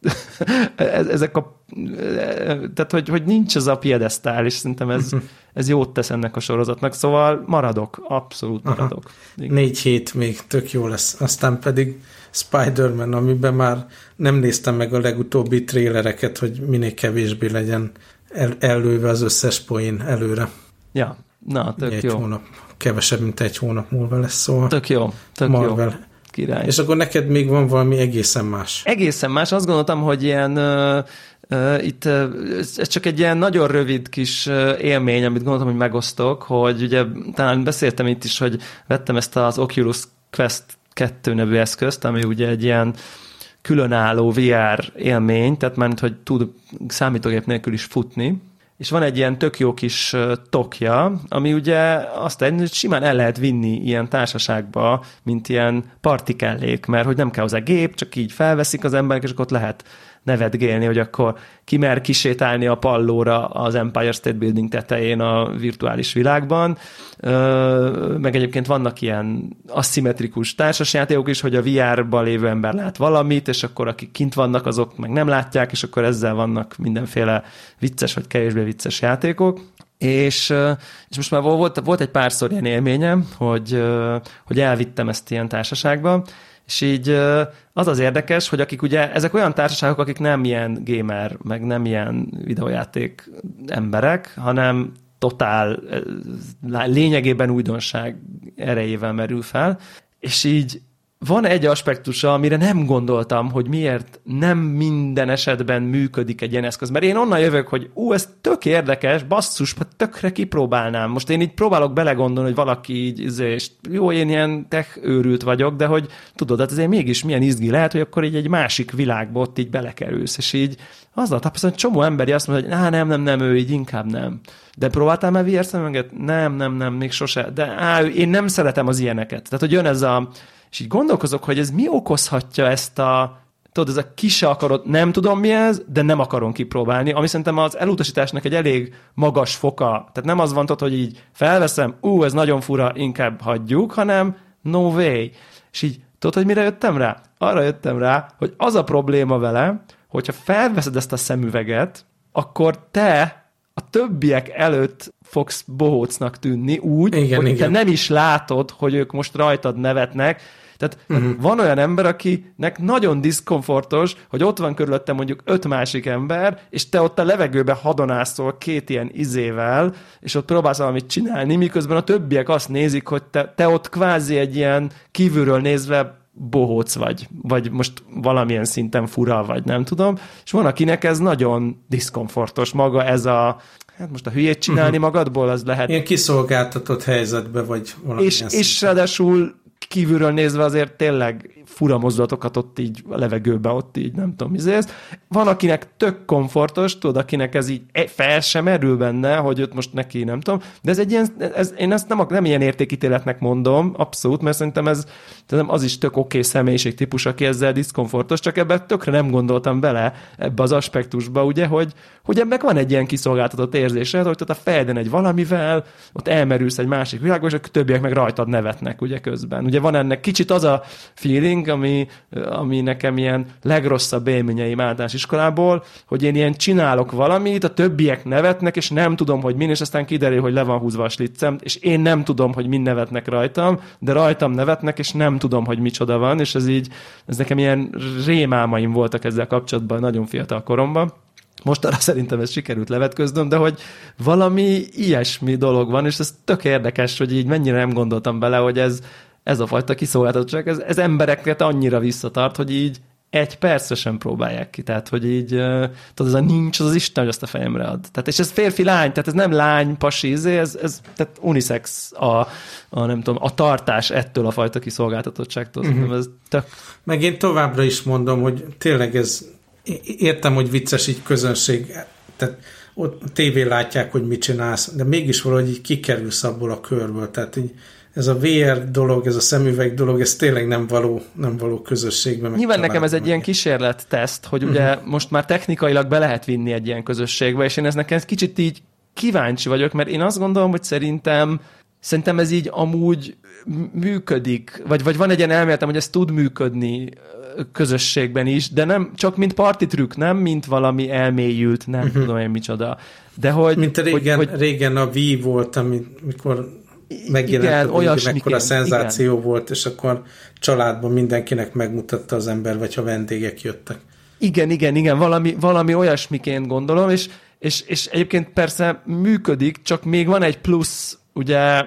ezek a tehát, hogy, hogy nincs az a piedesztál, és szerintem ez, ez jót tesz ennek a sorozatnak, szóval maradok, abszolút maradok. Négy hét még tök jó lesz, aztán pedig Spider-Man, amiben már nem néztem meg a legutóbbi trélereket, hogy minél kevésbé legyen el, ellőve az összes poén előre. Ja, na, tök egy jó. Hónap, kevesebb, mint egy hónap múlva lesz, szóval tök jó, tök Marvel. Jó. Király. És akkor neked még van valami egészen más. Egészen más. Azt gondoltam, hogy ilyen uh, uh, itt uh, ez csak egy ilyen nagyon rövid kis uh, élmény, amit gondoltam, hogy megosztok, hogy ugye talán beszéltem itt is, hogy vettem ezt az Oculus Quest kettő nevű eszközt, ami ugye egy ilyen különálló vé er élmény, tehát már hogy tud számítógép nélkül is futni, és van egy ilyen tök jó kis tokja, ami ugye azt egy, hogy simán el lehet vinni ilyen társaságba, mint ilyen partikellék, mert hogy nem kell hozzá gép, csak így felveszik az emberek, és akkor ott lehet nevetgélni, hogy akkor ki mer kisétálni a pallóra az Empire State Building tetején a virtuális világban. Meg egyébként vannak ilyen aszimmetrikus társasjátékok is, hogy a vé er-ban lévő ember lát valamit, és akkor akik kint vannak, azok meg nem látják, és akkor ezzel vannak mindenféle vicces vagy kevésbé vicces játékok. És, és most már volt, volt egy párszor ilyen élményem, hogy, hogy elvittem ezt ilyen társaságba, és így az az érdekes, hogy akik ugye, ezek olyan társaságok, akik nem ilyen gamer, meg nem ilyen videójáték emberek, hanem totál lényegében újdonság erejével merül fel, és így van egy aspektusa, amire nem gondoltam, hogy miért nem minden esetben működik egy ilyen eszköz. Mert én onnan jövök, hogy ú, ez tök érdekes, basszus, tökre kipróbálnám. Most én így próbálok belegondolni, hogy valaki így, és jó, én ilyen tech őrült vagyok, de hogy tudod, hát azért mégis milyen izgi lehet, hogy akkor így egy másik világba ott így belekerülsz, és így azzal tapasztalat, hogy csomó emberi azt mondja, hogy á, nem, nem, nem, ő így inkább nem. De próbáltál már vé er szemüveget? Nem, nem, nem, még sose. De á, én nem szeretem az ilyeneket. Tehát, hogy jön ez a és így gondolkozok, hogy ez mi okozhatja ezt a, tudod, ez a ki se akarod, nem tudom mi ez, de nem akarom kipróbálni, ami szerintem az elutasításnak egy elég magas foka. Tehát nem az van, tudod, hogy így felveszem, ú, ez nagyon fura, inkább hagyjuk, hanem no way. És így tudod, hogy mire jöttem rá? Arra jöttem rá, hogy az a probléma vele, hogyha felveszed ezt a szemüveget, akkor te a többiek előtt fogsz bohócnak tűnni úgy, igen, hogy igen. te nem is látod, hogy ők most rajtad nevetnek. Tehát uh-huh. van olyan ember, akinek nagyon diszkomfortos, hogy ott van körülöttem mondjuk öt másik ember, és te ott a levegőben hadonászol két ilyen izével, és ott próbálsz valamit csinálni, miközben a többiek azt nézik, hogy te, te ott kvázi egy ilyen kívülről nézve bohóc vagy, vagy most valamilyen szinten fura vagy, nem tudom. És van, akinek ez nagyon diszkomfortos maga, ez a hát most a hülyét csinálni uh-huh. magadból, az lehet. Ilyen kiszolgáltatott helyzetbe, vagy valamilyen És, és ráadásul kívülről nézve azért tényleg fura mozdulatokat ott így a levegőbe, ott így nem tudom, izész. Van, akinek tök komfortos, tudod, akinek ez így fel sem merül benne, hogy ott most neki nem tudom, de ez egy ilyen, ez, én ezt nem, nem ilyen értékítéletnek mondom, abszolút, mert szerintem ez az is tök oké okay személyiségtípus, aki ezzel diszkomfortos, csak ebben tökre nem gondoltam bele ebbe az aspektusba, ugye, hogy, hogy ebben van egy ilyen kiszolgáltatott érzése, hogy ott a fejeden egy valamivel, ott elmerülsz egy másik világba, és a többiek meg rajtad nevetnek, ugye közben. Ugye van ennek kicsit az a feeling, ami, ami nekem ilyen legrosszabb élményeim általános iskolából, hogy én ilyen csinálok valamit, a többiek nevetnek, és nem tudom, hogy min, és aztán kiderül, hogy le van húzva a sliccem, és én nem tudom, hogy min nevetnek rajtam, de rajtam nevetnek, és nem tudom, hogy micsoda van, és ez így, ez nekem ilyen rémálmaim voltak ezzel kapcsolatban nagyon fiatal koromban. Most arra szerintem ez sikerült levetköznöm, de hogy valami ilyesmi dolog van, és ez tök érdekes, hogy így mennyire nem gondoltam bele, hogy ez ez a fajta kiszolgáltatottság, ez, ez embereket annyira visszatart, hogy így egy percre sem próbálják ki. Tehát, hogy így, tudod, ez a nincs, az az Isten, hogy azt a fejemre ad. Tehát, és ez férfi-lány, tehát ez nem lány, pasi, ez, ez tehát unisex a, a, nem tudom, a tartás ettől a fajta kiszolgáltatottságtól. Uh-huh. Ez tök... Meg én továbbra is mondom, hogy tényleg ez, értem, hogy vicces így közönség, tehát ott tévén látják, hogy mit csinálsz, de mégis valahogy így kikerülsz abból a körből, tehát így ez a vé er dolog, ez a szemüveg dolog, ez tényleg nem való, nem való közösségben. Nyilván nekem ez egy ilyen kísérletteszt, hogy ugye uh-huh. most már technikailag be lehet vinni egy ilyen közösségbe, és én ez nekem kicsit így kíváncsi vagyok, mert én azt gondolom, hogy szerintem szerintem ez így amúgy működik, vagy, vagy van egy ilyen elméletem, hogy ez tud működni közösségben is, de nem csak mint party trükk, nem mint valami elmélyült, nem uh-huh. tudom én micsoda. De hogy, mint a régen, hogy, hogy, régen a Wii volt, amikor megjelent, hogy mekkora szenzáció igen. volt, és akkor családban mindenkinek megmutatta az ember, vagy ha vendégek jöttek. Igen, igen, igen, valami, valami olyasmiként gondolom, és, és, és egyébként persze működik, csak még van egy plusz, ugye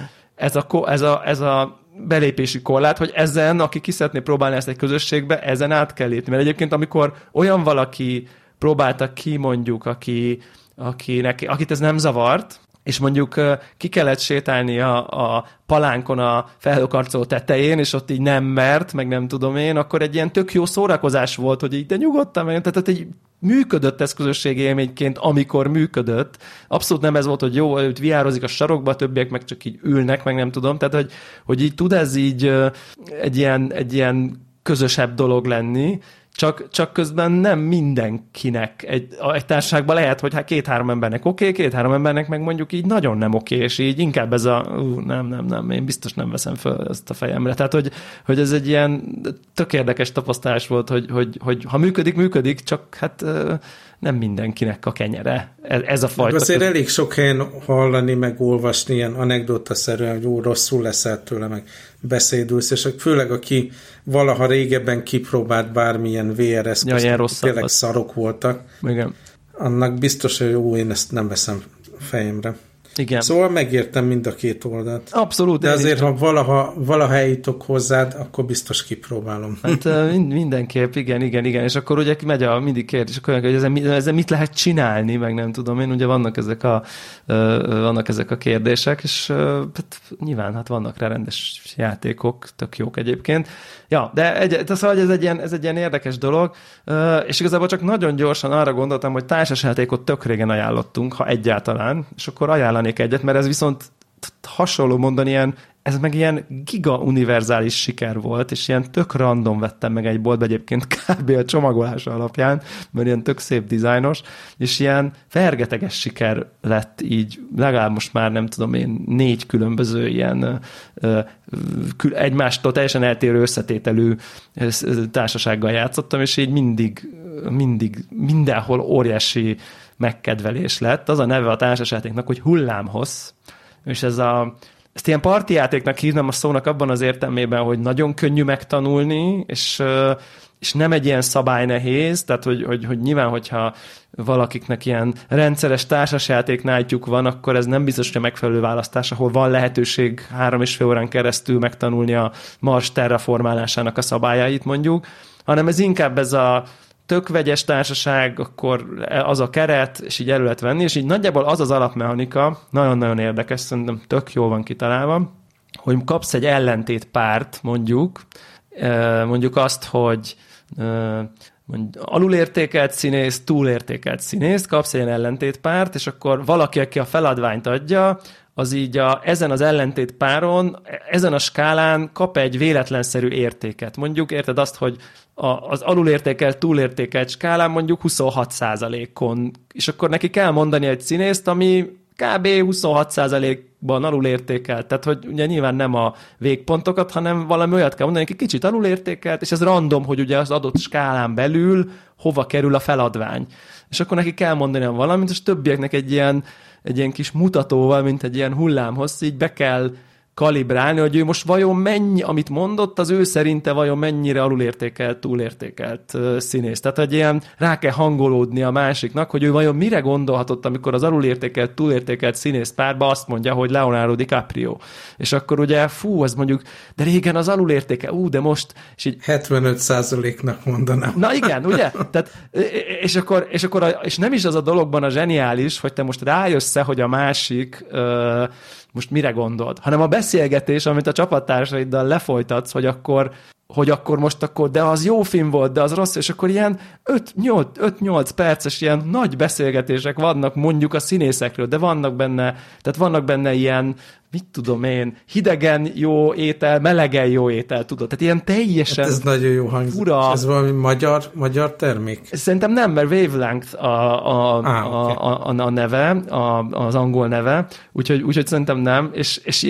ez a, ez a, ez a belépési korlát, hogy ezen, aki ki szeretné próbálni ezt egy közösségbe, ezen át kell lépni. Mert egyébként, amikor olyan valaki próbálta ki, mondjuk, aki, akinek, akit ez nem zavart, és mondjuk ki kellett sétálni a, a palánkon a felhőkarcoló tetején, és ott így nem mert, meg nem tudom én, akkor egy ilyen tök jó szórakozás volt, hogy így de nyugodtan meg, tehát egy működött ez közösségi élményként, amikor működött. Abszolút nem ez volt, hogy jó, őt viározik a sarokba, a többiek meg csak így ülnek, meg nem tudom. Tehát, hogy, hogy így tud ez így egy ilyen, egy ilyen közösebb dolog lenni, Csak, csak közben nem mindenkinek egy, egy társaságban lehet, hogy hát két-három embernek oké, okay, két-három embernek meg mondjuk így nagyon nem oké, okay, és így inkább ez a ú, nem, nem, nem, én biztos nem veszem föl ezt a fejemre. Tehát, hogy, hogy ez egy ilyen tök érdekes tapasztalás volt, hogy, hogy, hogy ha működik, működik, csak hát nem mindenkinek a kenyere. Ez a fajta. Azért köz... elég sok helyen hallani, meg olvasni ilyen anekdotaszerűen, hogy jó, rosszul leszel tőle, meg beszédülsz, és főleg aki valaha régebben kipróbált bármilyen vé er eszközt, ja, tényleg az. Szarok voltak. Igen. Annak biztos, hogy jó, én ezt nem veszem fejemre. Igen. Szóval megértem mind a két oldalt. Abszolút. De azért, ha valaha, valaha eljutok hozzád, akkor biztos kipróbálom. Hát mindenképp, igen, igen, igen. És akkor ugye megy a mindig kérdés, akkor, hogy ezzel, ezzel mit lehet csinálni, meg nem tudom én, ugye vannak ezek a, vannak ezek a kérdések, és hát, nyilván hát vannak rá rendes játékok, tök jók egyébként. Ja, de egy, szóval ez egy, ilyen, ez egy ilyen érdekes dolog, és igazából csak nagyon gyorsan arra gondoltam, hogy társasjátékot tök régen ajánlottunk, ha egyáltalán, és akkor ajánlanék egyet, mert ez viszont hasonló mondani, ilyen, ez meg ilyen giga univerzális siker volt, és ilyen tök random vettem meg egy boltba egyébként kb. A csomagolása alapján, mert ilyen tök szép dizájnos, és ilyen fergeteges siker lett így, legalább most már nem tudom én, négy különböző ilyen egymástól teljesen eltérő összetételű társasággal játszottam, és így mindig, mindig mindenhol óriási megkedvelés lett. Az a neve a társasjátéknak, hogy hullámhossz, és ez a ezt ilyen partijátéknak hívnám a szónak abban az értelmében, hogy nagyon könnyű megtanulni, és, és nem egy ilyen szabálynehéz, tehát hogy, hogy, hogy nyilván, hogyha valakiknek ilyen rendszeres társasjáték nájtjuk van, akkor ez nem biztos, hogy a megfelelő választás, ahol van lehetőség három és fél órán keresztül megtanulni a Mars terraformálásának a szabályait mondjuk, hanem ez inkább ez a tök vegyes társaság, akkor az a keret, és így elő lehet venni, és így nagyjából az az alapmechanika, nagyon-nagyon érdekes, szerintem tök jól van kitalálva, hogy kapsz egy ellentét párt, mondjuk, mondjuk azt, hogy alulértékelt színész, túlértékelt színész, kapsz egy ellentétpárt, és akkor valaki, aki a feladványt adja, az így a, ezen az ellentét páron, ezen a skálán kap egy véletlenszerű értéket. Mondjuk érted azt, hogy a, az alulértékelt, túlértékelt skálán mondjuk huszonhat százalékon, és akkor neki kell mondani egy színészt, ami kb. huszonhat százalékban alulértékelt. Tehát, hogy ugye nyilván nem a végpontokat, hanem valami olyat kell mondani, hogy kicsit alulértékelt, és ez random, hogy ugye az adott skálán belül hova kerül a feladvány. És akkor neki kell mondani valamit, és többieknek egy ilyen egy ilyen kis mutatóval, mint egy ilyen hullámhossz, így be kell kalibrálni, hogy ő most vajon mennyi, amit mondott, az ő szerinte vajon mennyire alulértékelt, túlértékelt uh, színész. Tehát, hogy ilyen rá kell hangolódni a másiknak, hogy ő vajon mire gondolhatott, amikor az alulértékelt, túlértékelt színész párba azt mondja, hogy Leonardo DiCaprio. És akkor ugye, fú, az mondjuk, de régen az alulértéke, ú, de most... És így, hetvenöt százaléknak mondanám. Na igen, ugye? Tehát, és, akkor, és, akkor a, és nem is az a dologban a zseniális, hogy te most rájössz, hogy a másik... Uh, most mire gondolt, hanem a beszélgetés, amit a csapattársaidal lefolytatsz, hogy akkor, hogy akkor most akkor, de az jó film volt, de az rossz, és akkor ilyen öt-nyolc perces ilyen nagy beszélgetések vannak mondjuk a színészekről, de vannak benne, tehát vannak benne ilyen, mit tudom én, hidegen jó étel, melegen jó étel, tudod? Tehát ilyen teljesen hát ez nagyon jó hangzik. Fura. Ez valami magyar, magyar termék? Szerintem nem, mert Wavelength a, a, ah, a, okay. a, a, a neve, a, az angol neve, úgyhogy, úgyhogy szerintem nem, és, és ilyen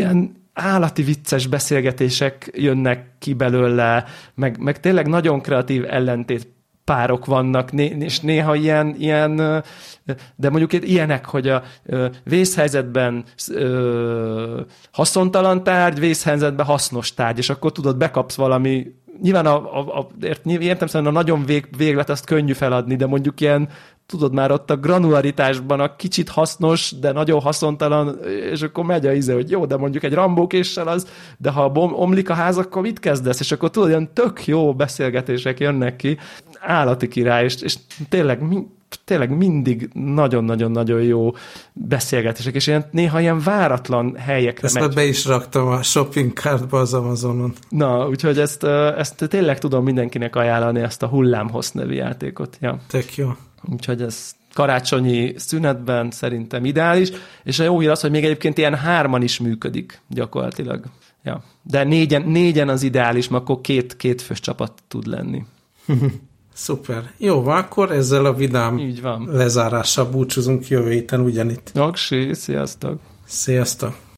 állati vicces beszélgetések jönnek ki belőle, meg, meg tényleg nagyon kreatív ellentét párok vannak, és néha ilyen, ilyen, de mondjuk ilyenek, hogy a vészhelyzetben haszontalan tárgy, vészhelyzetben hasznos tárgy, és akkor tudod, bekapsz valami, nyilván a, a, a, értem szerint a nagyon vég, véglet azt könnyű feladni, de mondjuk ilyen, tudod már ott a granularitásban a kicsit hasznos, de nagyon haszontalan, és akkor megy a íze, hogy jó, de mondjuk egy rambókéssel az, de ha omlik a ház, akkor mit kezdesz? És akkor tudod, ilyen tök jó beszélgetések jönnek ki, állati király, és, és tényleg, tényleg mindig nagyon-nagyon-nagyon jó beszélgetések, és ilyen, néha ilyen váratlan helyekre ezt megy. Ezt be is raktam a shopping cartba az Amazonon. Na, úgyhogy ezt, ezt tényleg tudom mindenkinek ajánlani, ezt a Hullámhossz nevű játékot. Ja. Tök jó. Úgyhogy ez karácsonyi szünetben szerintem ideális, és a jó hír az, hogy még egyébként ilyen hárman is működik gyakorlatilag. Ja. De négyen, négyen az ideális, mert akkor két, két fős csapat tud lenni. Szuper. Jó, akkor ezzel a vidám így van. lezárással búcsúzunk jövő héten ugyanitt. Aksi, sziasztok! Sziasztok!